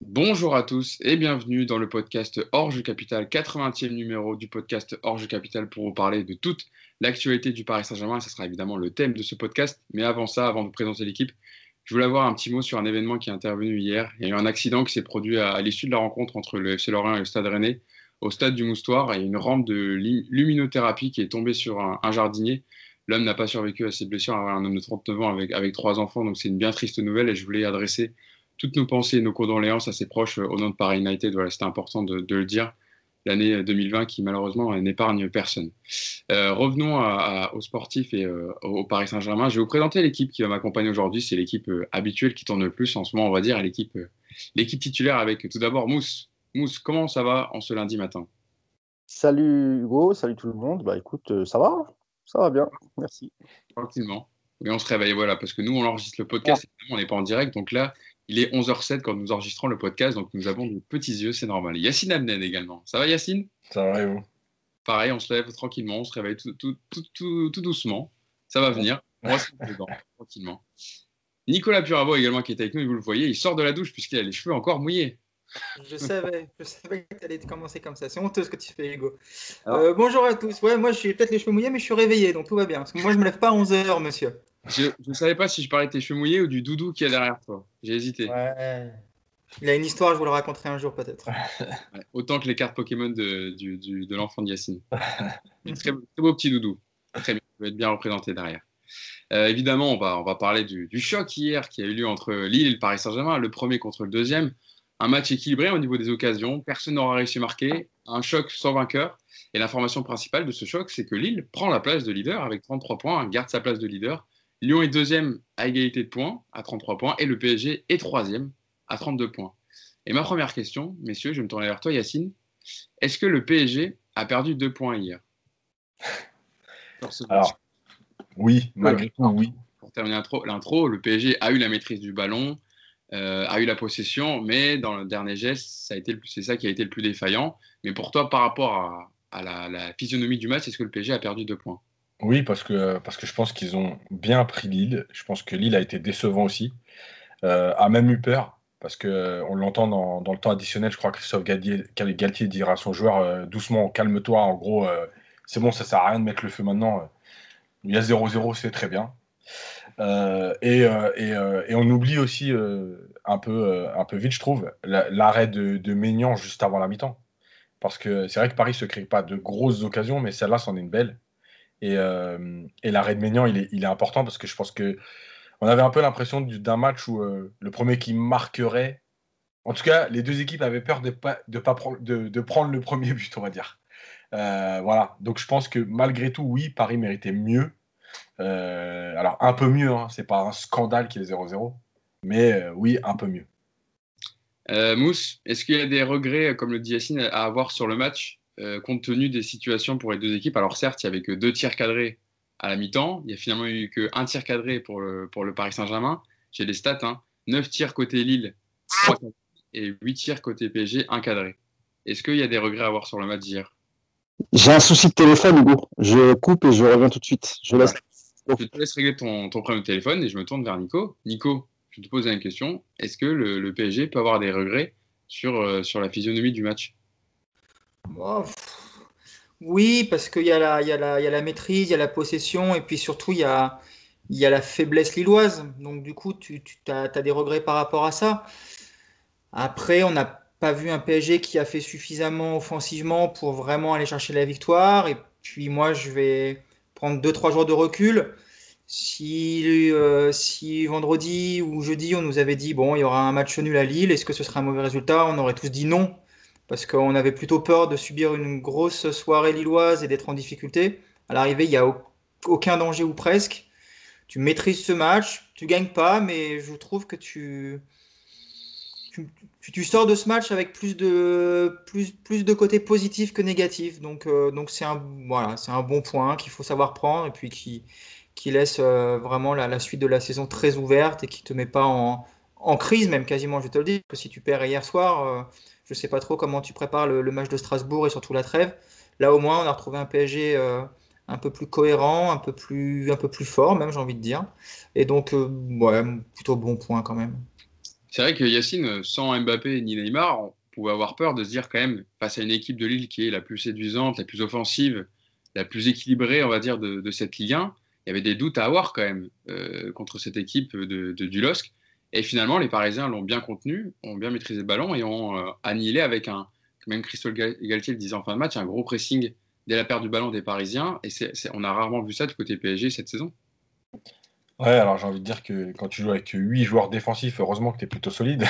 Bonjour à tous et bienvenue dans le podcast Orge Capital, 80e numéro du podcast Orge Capital pour vous parler de toute l'actualité du Paris Saint-Germain. Ça sera évidemment le thème de ce podcast. Mais avant ça, avant de vous présenter l'équipe, je voulais avoir un petit mot sur un événement qui est intervenu hier. Il y a eu un accident qui s'est produit à l'issue de la rencontre entre le FC Lorient et le Stade Rennais au stade du Moustoir. Il y a une rampe de luminothérapie qui est tombée sur un jardinier. L'homme n'a pas survécu à ses blessures, un homme de 39 ans avec trois enfants. Donc c'est une bien triste nouvelle et je voulais adresser toutes nos pensées et nos condoléances à ses proches au nom de Paris United. Voilà, c'était important de le dire. L'année 2020 qui malheureusement n'épargne personne. Revenons aux sportifs et au Paris Saint-Germain. Je vais vous présenter l'équipe qui va m'accompagner aujourd'hui. C'est l'équipe habituelle qui tourne le plus en ce moment, on va dire, l'équipe titulaire avec tout d'abord Mousse. Mousse, comment ça va en ce lundi matin? Salut Hugo, salut tout le monde. Bah écoute, ça va bien, merci. Tranquillement. Et on se réveille, voilà, parce que nous, on enregistre le podcast, évidemment, on n'est pas en direct. Donc là, il est 11h07 quand nous enregistrons le podcast, donc nous avons de petits yeux, c'est normal. Yacine Amnen également. Ça va, Yacine? Ça va et vous? Pareil, on se lève tranquillement, on se réveille tout doucement. Ça va venir. On va se mettre dedans, tranquillement. Nicolas Puravo également qui est avec nous, et vous le voyez, il sort de la douche puisqu'il a les cheveux encore mouillés. Je savais que tu allais commencer comme ça. C'est honteux ce que tu fais, Hugo. Alors, bonjour à tous. Ouais, moi, je suis peut-être les cheveux mouillés, mais je suis réveillé, donc tout va bien. Parce que moi, je me lève pas à 11h, monsieur. je ne savais pas si je parlais de tes cheveux mouillés ou du doudou qu'il y a derrière toi. J'ai hésité. Ouais. Il a une histoire, je vous le raconterai un jour, peut-être. Ouais, autant que les cartes Pokémon de l'enfant de Yacine. Très beau petit doudou. Très bien, il va être bien représenté derrière. Évidemment, on va parler du choc hier qui a eu lieu entre Lille et le Paris Saint-Germain, le premier contre le deuxième. Un match équilibré au niveau des occasions. Personne n'aura réussi à marquer. Un choc sans vainqueur. Et l'information principale de ce choc, c'est que Lille prend la place de leader avec 33 points, garde sa place de leader. Lyon est deuxième à égalité de points, à 33 points. Et le PSG est troisième à 32 points. Et ma première question, messieurs, je vais me tourner vers toi, Yacine. Est-ce que le PSG a perdu 2 points hier? Alors, oui, malgré tout, oui. Pour terminer l'intro, le PSG a eu la maîtrise du ballon, a eu la possession, mais dans le dernier geste, c'est ça qui a été le plus défaillant. Mais pour toi, par rapport à la physionomie du match, est-ce que le PSG a perdu 2 points? Oui, parce que je pense qu'ils ont bien pris Lille. Je pense que Lille a été décevant aussi. A même eu peur, parce qu'on l'entend dans le temps additionnel. Je crois que Christophe Galtier dira à son joueur doucement, calme-toi. En gros, c'est bon, ça sert à rien de mettre le feu maintenant. Il y a 0-0, c'est très bien. Et on oublie aussi un peu vite, je trouve, l'arrêt de Maignan juste avant la mi-temps. Parce que c'est vrai que Paris ne se crée pas de grosses occasions, mais celle-là, c'en est une belle. Et l'arrêt de Maignan, il est important parce que je pense qu'on avait un peu l'impression d'un match où le premier qui marquerait. En tout cas, les deux équipes avaient peur de prendre le premier but, on va dire. Voilà. Donc je pense que malgré tout, oui, Paris méritait mieux. Alors un peu mieux, hein. C'est pas un scandale qu'il est 0-0, mais oui, un peu mieux. Mousse, est-ce qu'il y a des regrets, comme le dit Yacine, à avoir sur le match, compte tenu des situations pour les deux équipes? Alors certes, il n'y avait que 2 tirs cadrés à la mi-temps. Il n'y a finalement eu qu'un tir cadré pour le Paris Saint-Germain. J'ai les stats, hein. 9 tirs côté Lille, 3 cadrés, et 8 tirs côté PSG, 1 cadré. Est-ce qu'il y a des regrets à avoir sur le match d'hier? J'ai un souci de téléphone, Hugo. Je coupe et je reviens tout de suite. Je laisse. Je te laisse régler ton problème de téléphone et je me tourne vers Nico. Nico, je te pose une question. Est-ce que le PSG peut avoir des regrets sur la physionomie du match? Oh, oui, parce qu'il y a la maîtrise, il y a la possession, et puis surtout, il y a la faiblesse lilloise. Donc, du coup, tu as des regrets par rapport à ça. Après, on n'a pas vu un PSG qui a fait suffisamment offensivement pour vraiment aller chercher la victoire. Et puis moi, je vais prendre 2-3 jours de recul. Si vendredi ou jeudi, on nous avait dit, bon, il y aura un match nul à Lille, est-ce que ce serait un mauvais résultat? On aurait tous dit non, parce qu'on avait plutôt peur de subir une grosse soirée lilloise et d'être en difficulté. À l'arrivée, il n'y a aucun danger ou presque. Tu maîtrises ce match, tu gagnes pas, mais je trouve que tu sors de ce match avec plus de côté positif que négatif. Donc c'est un bon point qu'il faut savoir prendre et puis qui laisse vraiment la suite de la saison très ouverte et qui te met pas en crise, même quasiment, je te le dis. Que si tu perds hier soir, je sais pas trop comment tu prépares le match de Strasbourg et surtout la trêve. Là, au moins, on a retrouvé un PSG un peu plus cohérent, un peu plus fort, même, j'ai envie de dire. Et donc, ouais, plutôt bon point quand même. C'est vrai que Yacine, sans Mbappé ni Neymar, on pouvait avoir peur de se dire quand même, face à une équipe de Lille qui est la plus séduisante, la plus offensive, la plus équilibrée, on va dire, de cette Ligue 1, il y avait des doutes à avoir quand même contre cette équipe du LOSC. Et finalement, les Parisiens l'ont bien contenu, ont bien maîtrisé le ballon et ont annihilé avec même Christophe Galtier le disait en fin de match, un gros pressing dès la perte du ballon des Parisiens. Et on a rarement vu ça du côté PSG cette saison. Ouais, alors j'ai envie de dire que quand tu joues avec 8 joueurs défensifs, heureusement que tu es plutôt solide.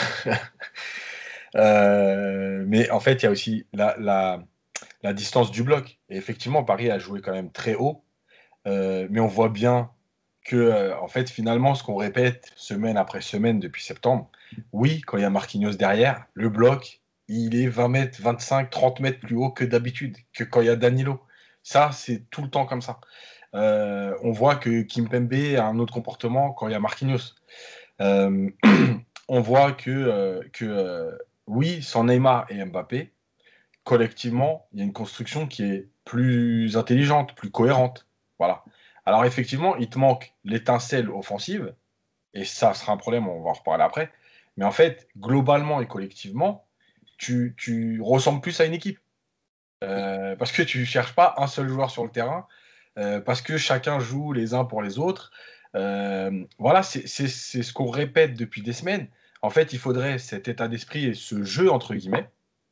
Mais en fait, il y a aussi la distance du bloc. Et effectivement, Paris a joué quand même très haut. Mais on voit bien que, en fait, finalement, ce qu'on répète semaine après semaine depuis septembre, oui, quand il y a Marquinhos derrière, le bloc, il est 20 mètres, 25, 30 mètres plus haut que d'habitude, que quand il y a Danilo. Ça, c'est tout le temps comme ça. On voit que Kimpembe a un autre comportement quand il y a Marquinhos. Euh, on voit que oui, sans Neymar et Mbappé, collectivement, il y a une construction qui est plus intelligente, plus cohérente. Voilà. Alors effectivement, il te manque l'étincelle offensive, et ça sera un problème, on va en reparler après. Mais en fait, globalement et collectivement, tu ressembles plus à une équipe. Parce que tu ne cherches pas un seul joueur sur le terrain, parce que chacun joue les uns pour les autres. Voilà, c'est ce qu'on répète depuis des semaines. En fait, il faudrait cet état d'esprit et ce jeu, entre guillemets,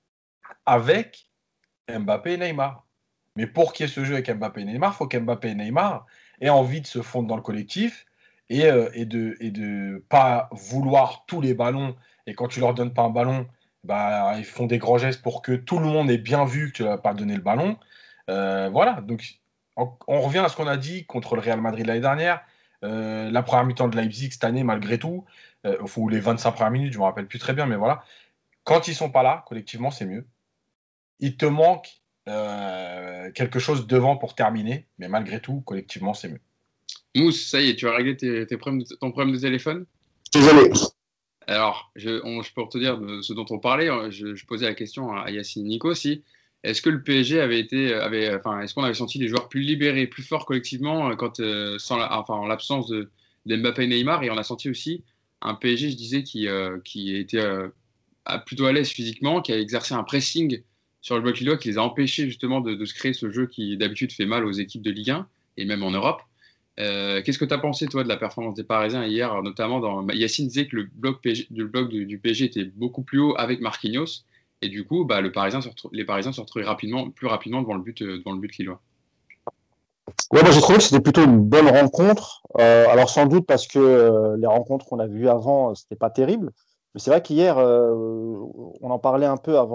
avec Mbappé et Neymar. Mais pour qu'il y ait ce jeu avec Mbappé et Neymar, il faut qu'Mbappé et Neymar aient envie de se fondre dans le collectif et de pas vouloir tous les ballons. Et quand tu leur donnes pas un ballon, bah, ils font des grands gestes pour que tout le monde ait bien vu que tu n'as pas donné le ballon. Voilà, donc on revient à ce qu'on a dit contre le Real Madrid l'année dernière. La première mi-temps de Leipzig cette année, malgré tout, ou les 25 premières minutes, je ne me rappelle plus très bien, mais voilà. Quand ils sont pas là, collectivement, c'est mieux. Il te manque quelque chose devant pour terminer, mais malgré tout, collectivement, c'est mieux. Mousse, ça y est, tu as réglé ton problème de téléphone? Désolé. Alors, je peux te dire de ce dont on parlait. Je posais la question à Yacine Nico aussi. Est-ce que le PSG est-ce qu'on avait senti les joueurs plus libérés, plus forts collectivement en l'absence de Mbappé et Neymar, et on a senti aussi un PSG, je disais, qui était plutôt à l'aise physiquement, qui a exercé un pressing sur le bloc lillois, qui les a empêchés justement de se créer ce jeu qui d'habitude fait mal aux équipes de Ligue 1 et même en Europe. Qu'est-ce que tu as pensé, toi, de la performance des Parisiens hier, notamment Yacine disait que le bloc du PSG était beaucoup plus haut avec Marquinhos, et du coup, bah, les Parisiens se retrouvaient plus rapidement devant le but lillois. Ouais, moi j'ai trouvé que c'était plutôt une bonne rencontre. Alors sans doute parce que les rencontres qu'on a vues avant, c'était pas terrible. Mais c'est vrai qu'hier, on en parlait un peu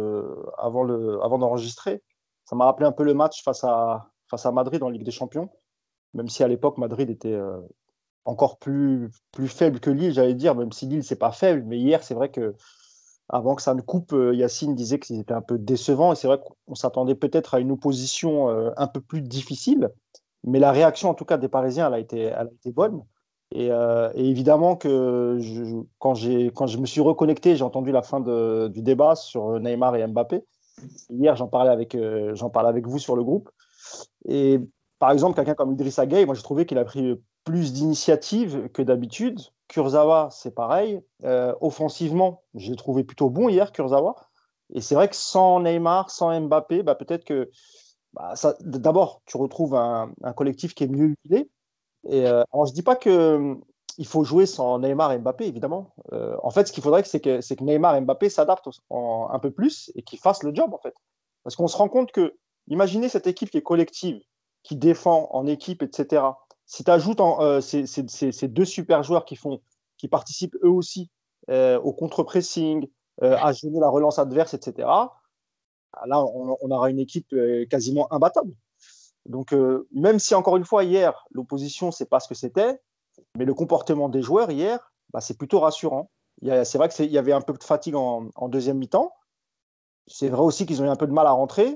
avant d'enregistrer. Ça m'a rappelé un peu le match face à Madrid en Ligue des Champions. Même si à l'époque, Madrid était encore plus faible que Lille, j'allais dire, même si Lille, c'est pas faible. Mais hier, c'est vrai que avant que ça ne coupe, Yacine disait qu'ils étaient un peu décevants. Et c'est vrai qu'on s'attendait peut-être à une opposition un peu plus difficile. Mais la réaction, en tout cas, des Parisiens, elle a été bonne. Et évidemment que quand je me suis reconnecté, j'ai entendu la fin du débat sur Neymar et Mbappé. Hier, j'en parlais avec vous sur le groupe. Et par exemple, quelqu'un comme Idrissa Gueye, moi, j'ai trouvé qu'il a pris plus d'initiative que d'habitude. Kurzawa, c'est pareil. Offensivement, je l'ai trouvé plutôt bon hier, Kurzawa. Et c'est vrai que sans Neymar, sans Mbappé, bah, peut-être que d'abord, tu retrouves un collectif qui est mieux huilé. Alors, je ne dis pas qu'il faut jouer sans Neymar et Mbappé, évidemment. En fait, ce qu'il faudrait, c'est que Neymar et Mbappé s'adaptent un peu plus et qu'ils fassent le job, en fait. Parce qu'on se rend compte que, imaginez cette équipe qui est collective, qui défend en équipe, etc. Si tu ajoutes ces deux super joueurs qui participent eux aussi au contre-pressing, à gêner la relance adverse, etc., là, on aura une équipe quasiment imbattable. Donc, même si, encore une fois, hier, l'opposition, c'est pas ce que c'était, mais le comportement des joueurs hier, bah, c'est plutôt rassurant. C'est vrai qu'il y avait un peu de fatigue en deuxième mi-temps. C'est vrai aussi qu'ils ont eu un peu de mal à rentrer.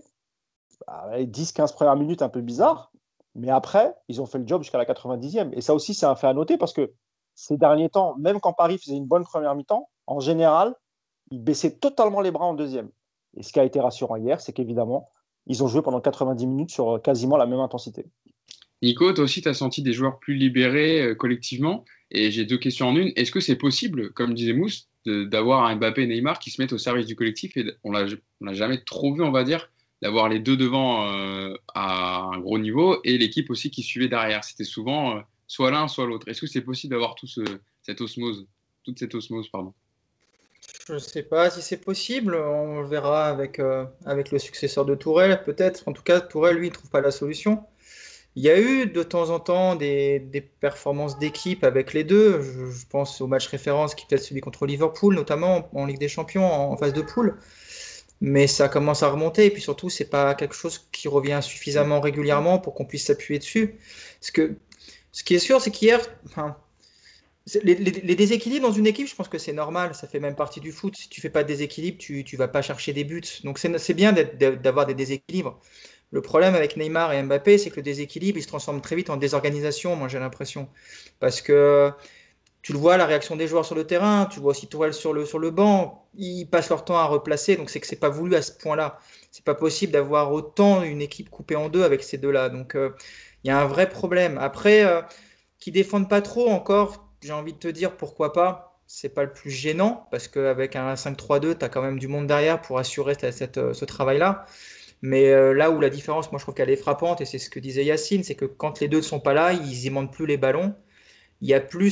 10-15 premières minutes, un peu bizarre. Mais après, ils ont fait le job jusqu'à la 90e. Et ça aussi, c'est un fait à noter parce que ces derniers temps, même quand Paris faisait une bonne première mi-temps, en général, ils baissaient totalement les bras en deuxième. Et ce qui a été rassurant hier, c'est qu'évidemment, ils ont joué pendant 90 minutes sur quasiment la même intensité. Nico, toi aussi, tu as senti des joueurs plus libérés collectivement. Et j'ai deux questions en une. Est-ce que c'est possible, comme disait Mousse, d'avoir un Mbappé et Neymar qui se mettent au service du collectif. Et on l'a jamais trop vu, on va dire, d'avoir les deux devant à un gros niveau et l'équipe aussi qui suivait derrière. C'était souvent soit l'un, soit l'autre. Est-ce que c'est possible d'avoir toute cette osmose, pardon. Je ne sais pas si c'est possible. On le verra avec le successeur de Tourelle, peut-être. En tout cas, Tourelle, lui, il ne trouve pas la solution. Il y a eu de temps en temps des performances d'équipe avec les deux. Je pense au match référence qui est peut-être celui contre Liverpool, notamment en Ligue des Champions, en phase de poule. Mais ça commence à remonter. Et puis surtout, c'est pas quelque chose qui revient suffisamment régulièrement pour qu'on puisse s'appuyer dessus. Parce que ce qui est sûr, c'est qu'hier, enfin, les déséquilibres dans une équipe, je pense que c'est normal. Ça fait même partie du foot. Si tu fais pas de déséquilibre, tu vas pas chercher des buts. Donc c'est bien d'avoir des déséquilibres. Le problème avec Neymar et Mbappé, c'est que le déséquilibre, il se transforme très vite en désorganisation, moi j'ai l'impression. Parce que tu le vois, la réaction des joueurs sur le terrain, tu vois aussi Tourelle sur le banc, ils passent leur temps à replacer, donc c'est que c'est pas voulu à ce point-là. C'est pas possible d'avoir autant une équipe coupée en deux avec ces deux-là. Donc il y a un vrai problème. Après, qui défendent pas trop encore, j'ai envie de te dire pourquoi pas. C'est pas le plus gênant, parce qu'avec un 5-3-2, tu as quand même du monde derrière pour assurer ce travail-là. Mais là où la différence, moi je trouve qu'elle est frappante, et c'est ce que disait Yacine, c'est que quand les deux ne sont pas là, ils n'aimantent plus les ballons. Il n'y a plus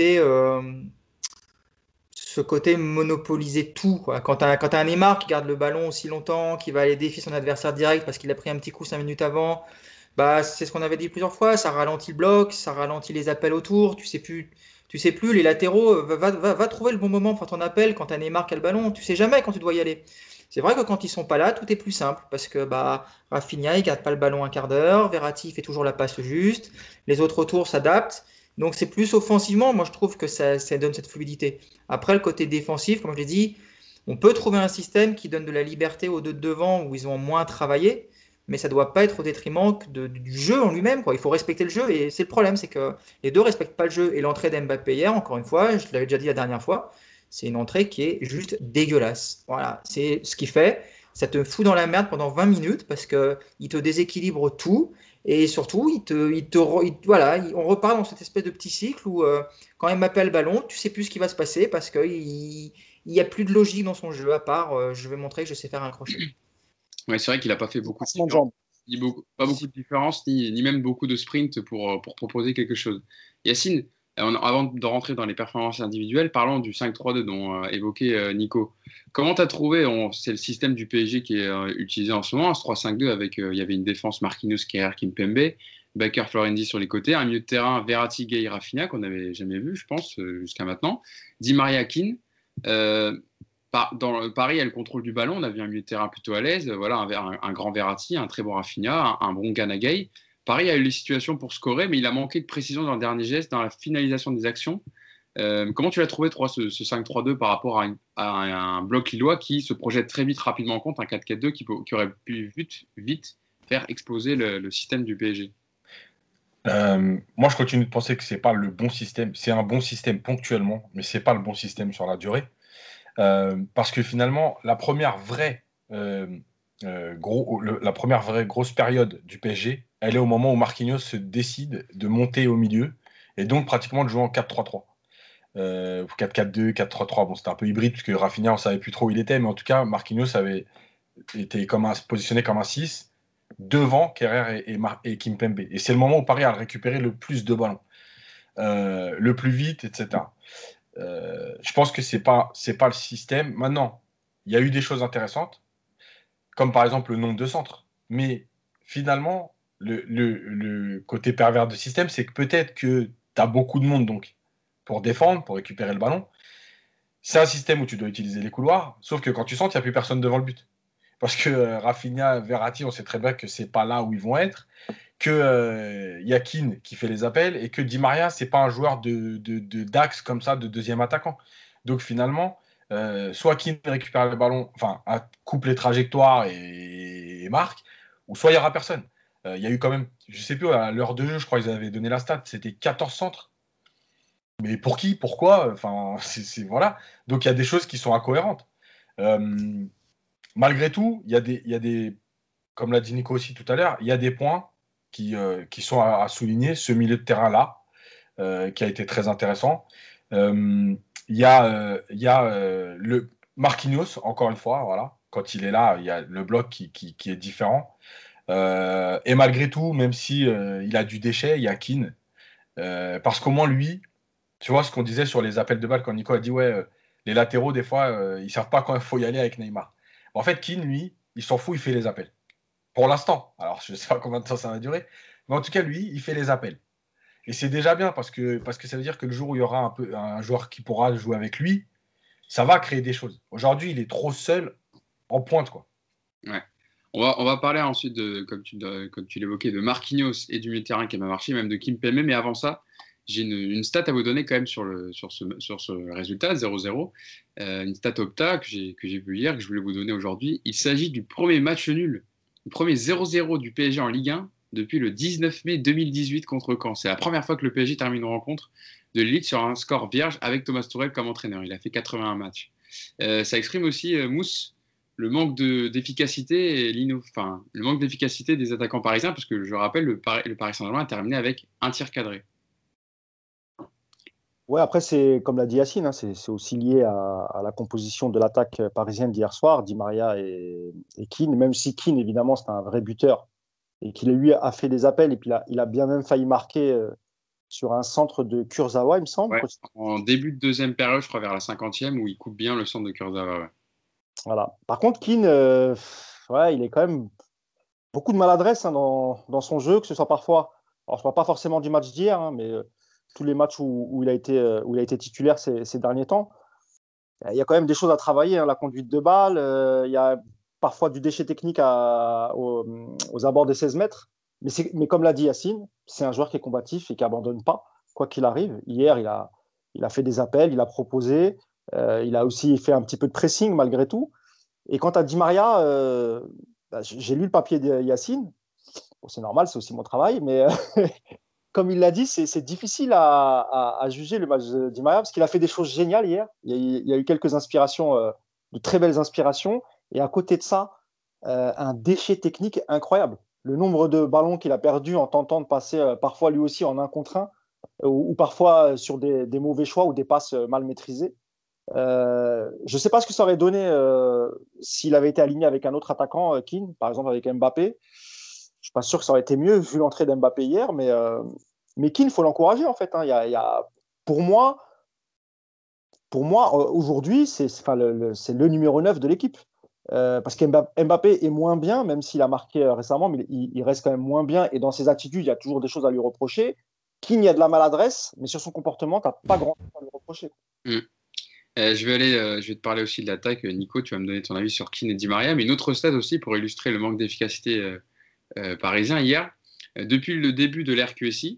ce côté monopoliser tout, quoi. Quand tu as un Neymar qui garde le ballon aussi longtemps, qui va aller défier son adversaire direct parce qu'il a pris un petit coup 5 minutes avant, bah, c'est ce qu'on avait dit plusieurs fois, ça ralentit le bloc, ça ralentit les appels autour, tu sais plus les latéraux, va trouver le bon moment pour ton appel quand tu as Neymar qui a le ballon, tu sais jamais quand tu dois y aller. C'est vrai que quand ils sont pas là, tout est plus simple parce que bah, Rafinha il garde pas le ballon un quart d'heure, Verratti fait toujours la passe juste, les autres autour s'adaptent. Donc c'est plus offensivement, moi je trouve que ça donne cette fluidité. Après le côté défensif, comme je l'ai dit, on peut trouver un système qui donne de la liberté aux deux de devant où ils ont moins travaillé, mais ça ne doit pas être au détriment du jeu en lui-même, quoi. Il faut respecter le jeu et c'est le problème, c'est que les deux ne respectent pas le jeu. Et l'entrée d'Mbappé hier, encore une fois, je l'avais déjà dit la dernière fois, c'est une entrée qui est juste dégueulasse. Voilà, c'est ce qu'il fait. Ça te fout dans la merde pendant 20 minutes parce qu'il te déséquilibre tout. Et surtout, voilà, on repart dans cette espèce de petit cycle où quand Mbappé a le ballon, tu sais plus ce qui va se passer parce qu'il n'y a plus de logique dans son jeu à part je vais montrer que je sais faire un crochet. Ouais, c'est vrai qu'il n'a pas fait beaucoup de Passement de différence, jambes. pas beaucoup de différence, ni même beaucoup de sprint pour proposer quelque chose. Yacine, avant de rentrer dans les performances individuelles, parlons du 5-3-2 dont évoquait Nico. Comment tu as trouvé, c'est le système du PSG qui est utilisé en ce moment, ce 3-5-2 avec, il y avait une défense Marquinhos, Kehrer, Kimpembe, Bakker, Florenzi sur les côtés, un milieu de terrain Verratti, Gay, Rafinha qu'on n'avait jamais vu, je pense, jusqu'à maintenant, Di Maria, Kean. Euh, Dans le Paris, il y a le contrôle du ballon. On a vu un milieu de terrain plutôt à l'aise. Voilà, un grand Verratti, un très bon Rafinha, un bon Gana Gueye. Paris a eu les situations pour scorer, mais il a manqué de précision dans le dernier geste, dans la finalisation des actions. Comment tu l'as trouvé, toi, ce 5-3-2 par rapport à un bloc lillois qui se projette très vite, rapidement en compte, un 4-4-2 qui aurait pu vite faire exploser le système du PSG? Moi, je continue de penser que c'est pas le bon système. C'est un bon système ponctuellement, mais c'est pas le bon système sur la durée. Parce que finalement, la première vraie grosse période du PSG, elle est au moment où Marquinhos se décide de monter au milieu et donc pratiquement de jouer en 4-3-3. 4-4-2, 4-3-3. Bon, c'était un peu hybride parce que Rafinha, on savait plus trop où il était, mais en tout cas, Marquinhos avait été positionné comme un 6 devant Kerrer et Kimpembe. Et c'est le moment où Paris a récupéré le plus de ballons, le plus vite, etc. Je pense que c'est pas le système. Maintenant, il y a eu des choses intéressantes, comme par exemple le nombre de centres. Mais finalement, le côté pervers du système, c'est que peut-être que tu as beaucoup de monde donc pour défendre, pour récupérer le ballon. C'est un système où tu dois utiliser les couloirs, sauf que quand tu sens, il n'y a plus personne devant le but. Parce que Rafinha, Verratti, on sait très bien que c'est pas là où ils vont être, que Yakin qui fait les appels et que Di Maria, c'est pas un joueur d'axe comme ça, de deuxième attaquant. Donc finalement, soit Kean récupère le ballon, enfin coupe les trajectoires et marque, ou soit il n'y aura personne. Il y a eu quand même, je sais plus, à l'heure de jeu, je crois qu'ils avaient donné la stat, c'était 14 centres. Mais pour qui? Pourquoi? Enfin, voilà. Donc il y a des choses qui sont incohérentes. Malgré tout, il y a des, comme l'a dit Nico aussi tout à l'heure, il y a des points qui sont à souligner. Ce milieu de terrain-là, qui a été très intéressant. Il le Marquinhos, encore une fois, voilà. Quand il est là, il y a le bloc qui est différent. Et malgré tout, même si il a du déchet, il y a Keane. Parce qu'au moins, lui, tu vois ce qu'on disait sur les appels de balles quand Nico a dit ouais, les latéraux, des fois, ils savent pas quand il faut y aller avec Neymar. En fait, Keane, lui, il s'en fout, il fait les appels. Pour l'instant. Alors, je sais pas combien de temps ça va durer. Mais en tout cas, lui, il fait les appels. Et c'est déjà bien parce que ça veut dire que le jour où il y aura un joueur qui pourra jouer avec lui, ça va créer des choses. Aujourd'hui, il est trop seul en pointe, quoi. Ouais. On va parler ensuite, comme tu l'évoquais, de Marquinhos et du milieu de terrain qui m'a marché, même de Kimpembe. Mais avant ça, j'ai une stat à vous donner quand même sur ce résultat, 0-0. Une stat Opta que j'ai vue hier, que je voulais vous donner aujourd'hui. Il s'agit du premier match nul, le premier 0-0 du PSG en Ligue 1 depuis le 19 mai 2018 contre Caen. C'est la première fois que le PSG termine une rencontre de l'élite sur un score vierge avec Thomas Tuchel comme entraîneur. Il a fait 81 matchs. Ça exprime aussi, Mousse, le manque d'efficacité et le manque d'efficacité des attaquants parisiens, parce que je rappelle, le Paris Saint-Germain a terminé avec un tir cadré. Ouais, après, c'est comme l'a dit Yacine, hein, c'est aussi lié à la composition de l'attaque parisienne d'hier soir, Di Maria et Keane, même si Keane, évidemment, c'est un vrai buteur et qu'il lui a fait des appels et puis il a bien même failli marquer sur un centre de Kurzawa, il me semble. Ouais, en début de deuxième période, je crois vers la 50e, où il coupe bien le centre de Kurzawa. Ouais. Voilà. Par contre, Keane, ouais, il est quand même beaucoup de maladresse hein, dans son jeu, que ce soit parfois, alors je ne parle pas forcément du match d'hier, hein, mais tous les matchs où il a été titulaire ces derniers temps. Il y a quand même des choses à travailler, hein, la conduite de balle, il y a parfois du déchet technique aux abords des 16 mètres. Mais comme l'a dit Yacine, c'est un joueur qui est combatif et qui n'abandonne pas, quoi qu'il arrive. Hier, il a fait des appels, il a proposé, il a aussi fait un petit peu de pressing malgré tout. Et quant à Di Maria, j'ai lu le papier de Yacine. Bon, c'est normal, c'est aussi mon travail, mais comme il l'a dit, c'est difficile à juger le match de Di Maria parce qu'il a fait des choses géniales hier. Il y a eu quelques inspirations, de très belles inspirations. Et à côté de ça, un déchet technique incroyable. Le nombre de ballons qu'il a perdu en tentant de passer parfois lui aussi en 1 contre 1 ou parfois sur des mauvais choix ou des passes mal maîtrisées. Je ne sais pas ce que ça aurait donné s'il avait été aligné avec un autre attaquant, Keane, par exemple avec Mbappé. Je ne suis pas sûr que ça aurait été mieux vu l'entrée d'Mbappé hier, mais Keane, il faut l'encourager en fait. Hein. Pour moi, aujourd'hui, c'est le numéro 9 de l'équipe. Parce qu'Mbappé est moins bien, même s'il a marqué récemment, mais il reste quand même moins bien. Et dans ses attitudes, il y a toujours des choses à lui reprocher. Keane, il y a de la maladresse, mais sur son comportement, tu n'as pas grand-chose à lui reprocher. Je vais te parler aussi de l'attaque. Nico, tu vas me donner ton avis sur Keane et Di Maria, mais une autre stat aussi pour illustrer le manque d'efficacité parisien hier. Depuis le début de l'ère QSI,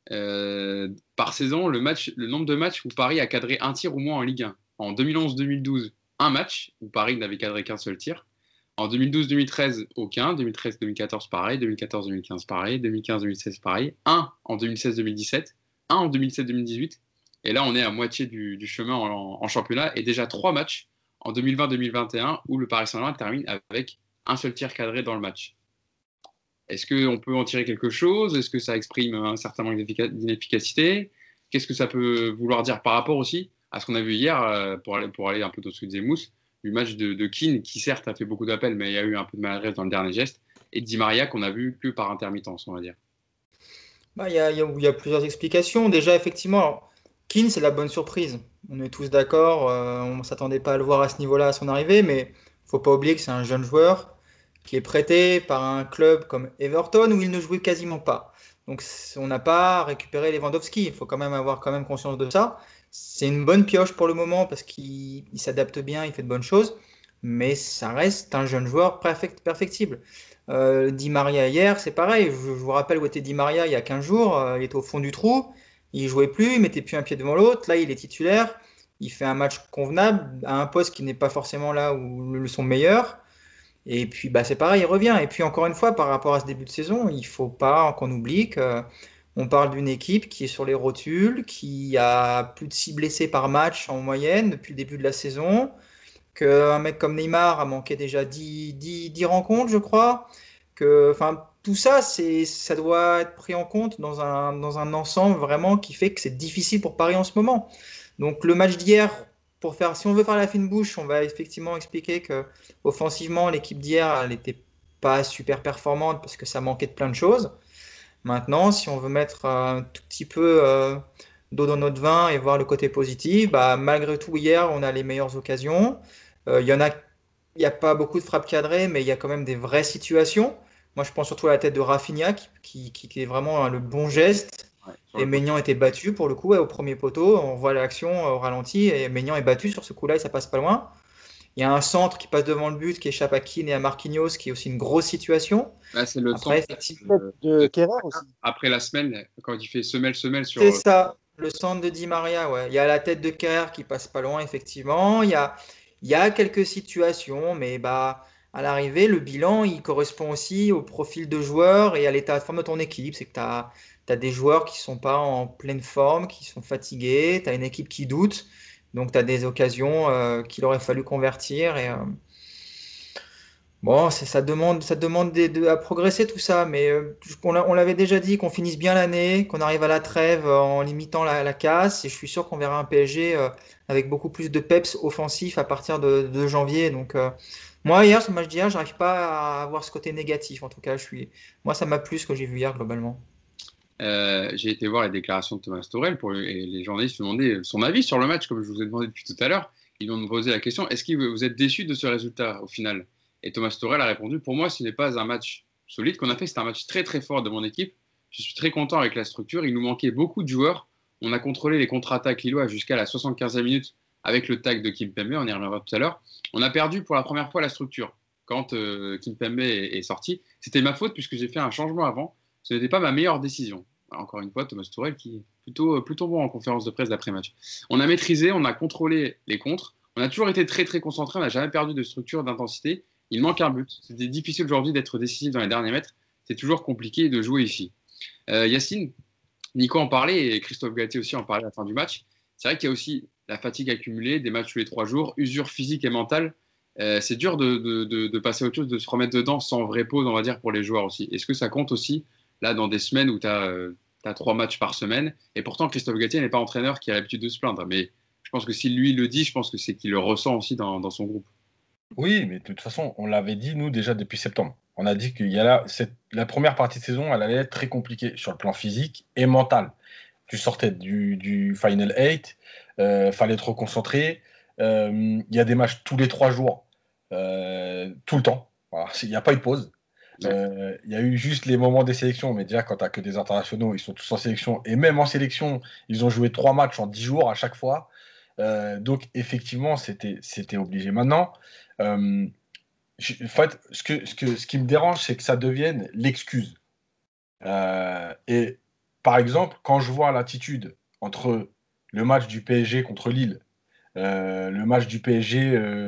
par saison, le nombre de matchs où Paris a cadré un tir ou moins en Ligue 1. En 2011-2012, un match où Paris n'avait cadré qu'un seul tir. En 2012-2013, aucun. 2013-2014, pareil. 2014-2015, pareil. 2015-2016, pareil. Un en 2016-2017. Un en 2017-2018. Et là, on est à moitié du chemin en championnat. Et déjà 3 matchs en 2020-2021 où le Paris Saint-Germain termine avec un seul tir cadré dans le match. Est-ce qu'on peut en tirer quelque chose? Est-ce que ça exprime un certain manque d'inefficacité? Qu'est-ce que ça peut vouloir dire par rapport aussi à ce qu'on a vu hier, pour aller un peu dans ce que disait Mousse, du match de Keane, qui certes a fait beaucoup d'appels, mais il y a eu un peu de maladresse dans le dernier geste, et Di Maria qu'on a vu que par intermittence, on va dire. Il y a plusieurs explications. Déjà, effectivement, alors, Keane, c'est la bonne surprise. On est tous d'accord, on ne s'attendait pas à le voir à ce niveau-là à son arrivée, mais il ne faut pas oublier que c'est un jeune joueur qui est prêté par un club comme Everton où il ne jouait quasiment pas. Donc on n'a pas récupéré Lewandowski, il faut quand même avoir conscience de ça. C'est une bonne pioche pour le moment parce qu'il s'adapte bien, il fait de bonnes choses, mais ça reste un jeune joueur perfectible. Di Maria hier, c'est pareil, je vous rappelle où était Di Maria il y a 15 jours, il était au fond du trou, il jouait plus, il mettait plus un pied devant l'autre, là il est titulaire, il fait un match convenable à un poste qui n'est pas forcément là où le son meilleur. Et puis c'est pareil, il revient. Et puis encore une fois, par rapport à ce début de saison, il ne faut pas qu'on oublie qu'on parle d'une équipe qui est sur les rotules, qui a plus de 6 blessés par match en moyenne depuis le début de la saison, qu'un mec comme Neymar a manqué déjà 10 rencontres, je crois. Tout ça, ça doit être pris en compte dans un ensemble vraiment qui fait que c'est difficile pour Paris en ce moment. Donc le match d'hier, si on veut faire la fine bouche, on va effectivement expliquer que offensivement, l'équipe d'hier, elle n'était pas super performante parce que ça manquait de plein de choses. Maintenant, si on veut mettre un tout petit peu d'eau dans notre vin et voir le côté positif, bah, malgré tout, hier, on a les meilleures occasions. Il y a pas beaucoup de frappes cadrées, mais il y a quand même des vraies situations. Moi, je pense surtout à la tête de Rafinha, qui est vraiment le bon geste. Ouais, sur Et le côté. Maignan était battu pour le coup, ouais, au premier poteau. On voit l'action au ralenti et Maignan est battu sur ce coup-là et ça passe pas loin. Il y a un centre qui passe devant le but qui échappe à Keane et à Marquinhos, qui est aussi une grosse situation. Là, c'est le Après, centre effectivement, De Kerrer aussi. après la semaine, quand il fait semelle-semelle sur. c'est ça, le centre de Di Maria. Ouais. Il y a la tête de Kerr qui passe pas loin, effectivement. Il y a quelques situations, mais bah, à l'arrivée, le bilan, il correspond aussi au profil de joueur et à l'état de forme de ton équipe. C'est que tu as des joueurs qui sont pas en pleine forme, qui sont fatigués, tu as une équipe qui doute, donc tu as des occasions qu'il aurait fallu convertir. Bon, ça demande à progresser tout ça, mais on l'avait déjà dit qu'on finisse bien l'année, qu'on arrive à la trêve en limitant la casse, et je suis sûr qu'on verra un PSG avec beaucoup plus de peps offensif à partir de janvier. Donc, moi, hier, ce match d'hier, j'arrive pas à avoir ce côté négatif. En tout cas, moi, ça m'a plu ce que j'ai vu hier globalement. J'ai été voir les déclarations de Thomas Tuchel et les journalistes lui demandaient son avis sur le match, comme je vous ai demandé depuis tout à l'heure. Ils lui ont posé la question, est-ce que vous êtes déçu de ce résultat au final? Et Thomas Tuchel a répondu, pour moi, ce n'est pas un match solide qu'on a fait, c'est un match très très fort de mon équipe. Je suis très content avec la structure. Il nous manquait beaucoup de joueurs. On a contrôlé les contre-attaques lillois jusqu'à la 75e minute avec le tag de Kimpembe, on y reviendra tout à l'heure. On a perdu pour la première fois la structure. Quand Kimpembe est sorti, c'était ma faute puisque j'ai fait un changement avant. Ce n'était pas ma meilleure décision. Encore une fois, Thomas Tuchel qui est plutôt bon en conférence de presse d'après-match. On a maîtrisé, on a contrôlé les contres. On a toujours été très très concentré, on n'a jamais perdu de structure, d'intensité. Il manque un but. C'était difficile aujourd'hui d'être décisif dans les derniers mètres. C'est toujours compliqué de jouer ici. Yacine, Nico en parlait et Christophe Galtier aussi en parlait à la fin du match. C'est vrai qu'il y a aussi la fatigue accumulée, des matchs tous les 3 jours, usure physique et mentale. C'est dur de passer à autre chose, de se remettre dedans sans vraie pause, on va dire, pour les joueurs aussi. Est-ce que ça compte aussi, là, dans des semaines où tu as 3 matchs par semaine? Et pourtant, Christophe Galtier n'est pas entraîneur qui a l'habitude de se plaindre. Mais je pense que si lui le dit, je pense que c'est qu'il le ressent aussi dans son groupe. Oui, mais de toute façon, on l'avait dit, nous, déjà depuis septembre. On a dit qu'il y a là, la première partie de saison, elle allait être très compliquée sur le plan physique et mental. Tu sortais du Final 8, fallait te reconcentrer. Il y a des matchs tous les 3 jours, tout le temps. Voilà, il n'y a pas eu de pause. Il y a eu juste les moments des sélections, mais déjà, quand tu n'as que des internationaux, ils sont tous en sélection. Et même en sélection, ils ont joué 3 matchs en 10 jours à chaque fois. Donc, effectivement, c'était obligé. Maintenant, en fait, ce qui me dérange, c'est que ça devienne l'excuse. Et par exemple, quand je vois l'attitude entre le match du PSG contre Lille, le match du PSG,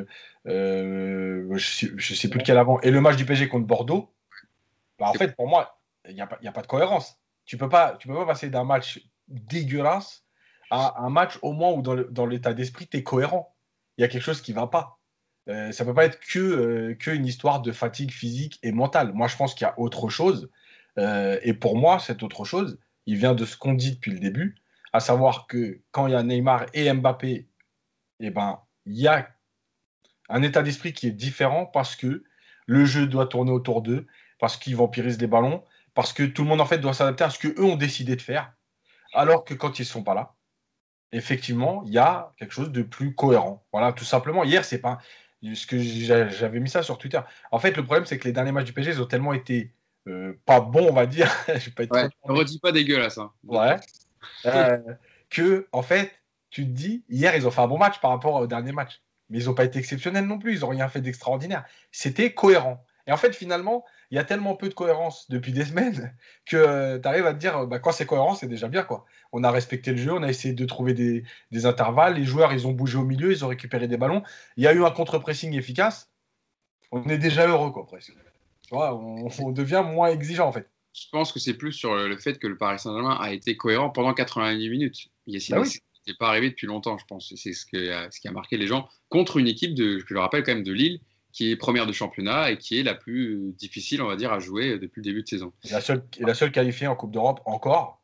je sais plus lequel avant, et le match du PSG contre Bordeaux, bah, en fait, pour moi, il n'y a pas de cohérence. Tu peux pas passer d'un match dégueulasse à un match au moins où dans l'état d'esprit, tu es cohérent. Il y a quelque chose qui ne va pas. Ça ne peut pas être que une histoire de fatigue physique et mentale. Moi, je pense qu'il y a autre chose. Et pour moi, cette autre chose, il vient de ce qu'on dit depuis le début, à savoir que quand il y a Neymar et Mbappé, eh ben, il y a un état d'esprit qui est différent parce que le jeu doit tourner autour d'eux, parce qu'ils vampirisent les ballons, parce que tout le monde en fait doit s'adapter à ce qu'eux ont décidé de faire, alors que quand ils ne sont pas là, effectivement, il y a quelque chose de plus cohérent. Voilà, tout simplement. Hier, c'est pas ce que j'avais mis ça sur Twitter. En fait, le problème, c'est que les derniers matchs du PSG, ils ont tellement été pas bons, on va dire. Je vais pas être Ouais, trop ne redis pas dégueulasse. Hein. ouais. Que, en fait, tu te dis, hier, ils ont fait un bon match par rapport au dernier match. Mais ils n'ont pas été exceptionnels non plus. Ils n'ont rien fait d'extraordinaire. C'était cohérent. Et en fait, finalement, il y a tellement peu de cohérence depuis des semaines que tu arrives à te dire, bah, quand c'est cohérent, c'est déjà bien, quoi. On a respecté le jeu, on a essayé de trouver des intervalles. Les joueurs, ils ont bougé au milieu, ils ont récupéré des ballons. Il y a eu un contre-pressing efficace. On est déjà heureux, quoi, presque. Tu vois, on devient moins exigeant, en fait. Je pense que c'est plus sur le fait que le Paris Saint-Germain a été cohérent pendant 90 minutes. Bah oui. Ce n'est pas arrivé depuis longtemps, je pense. C'est ce qui a marqué les gens contre une équipe, je le rappelle quand même, de Lille, qui est première de championnat et qui est la plus difficile, on va dire, à jouer depuis le début de saison. Et la seule qualifiée en Coupe d'Europe encore.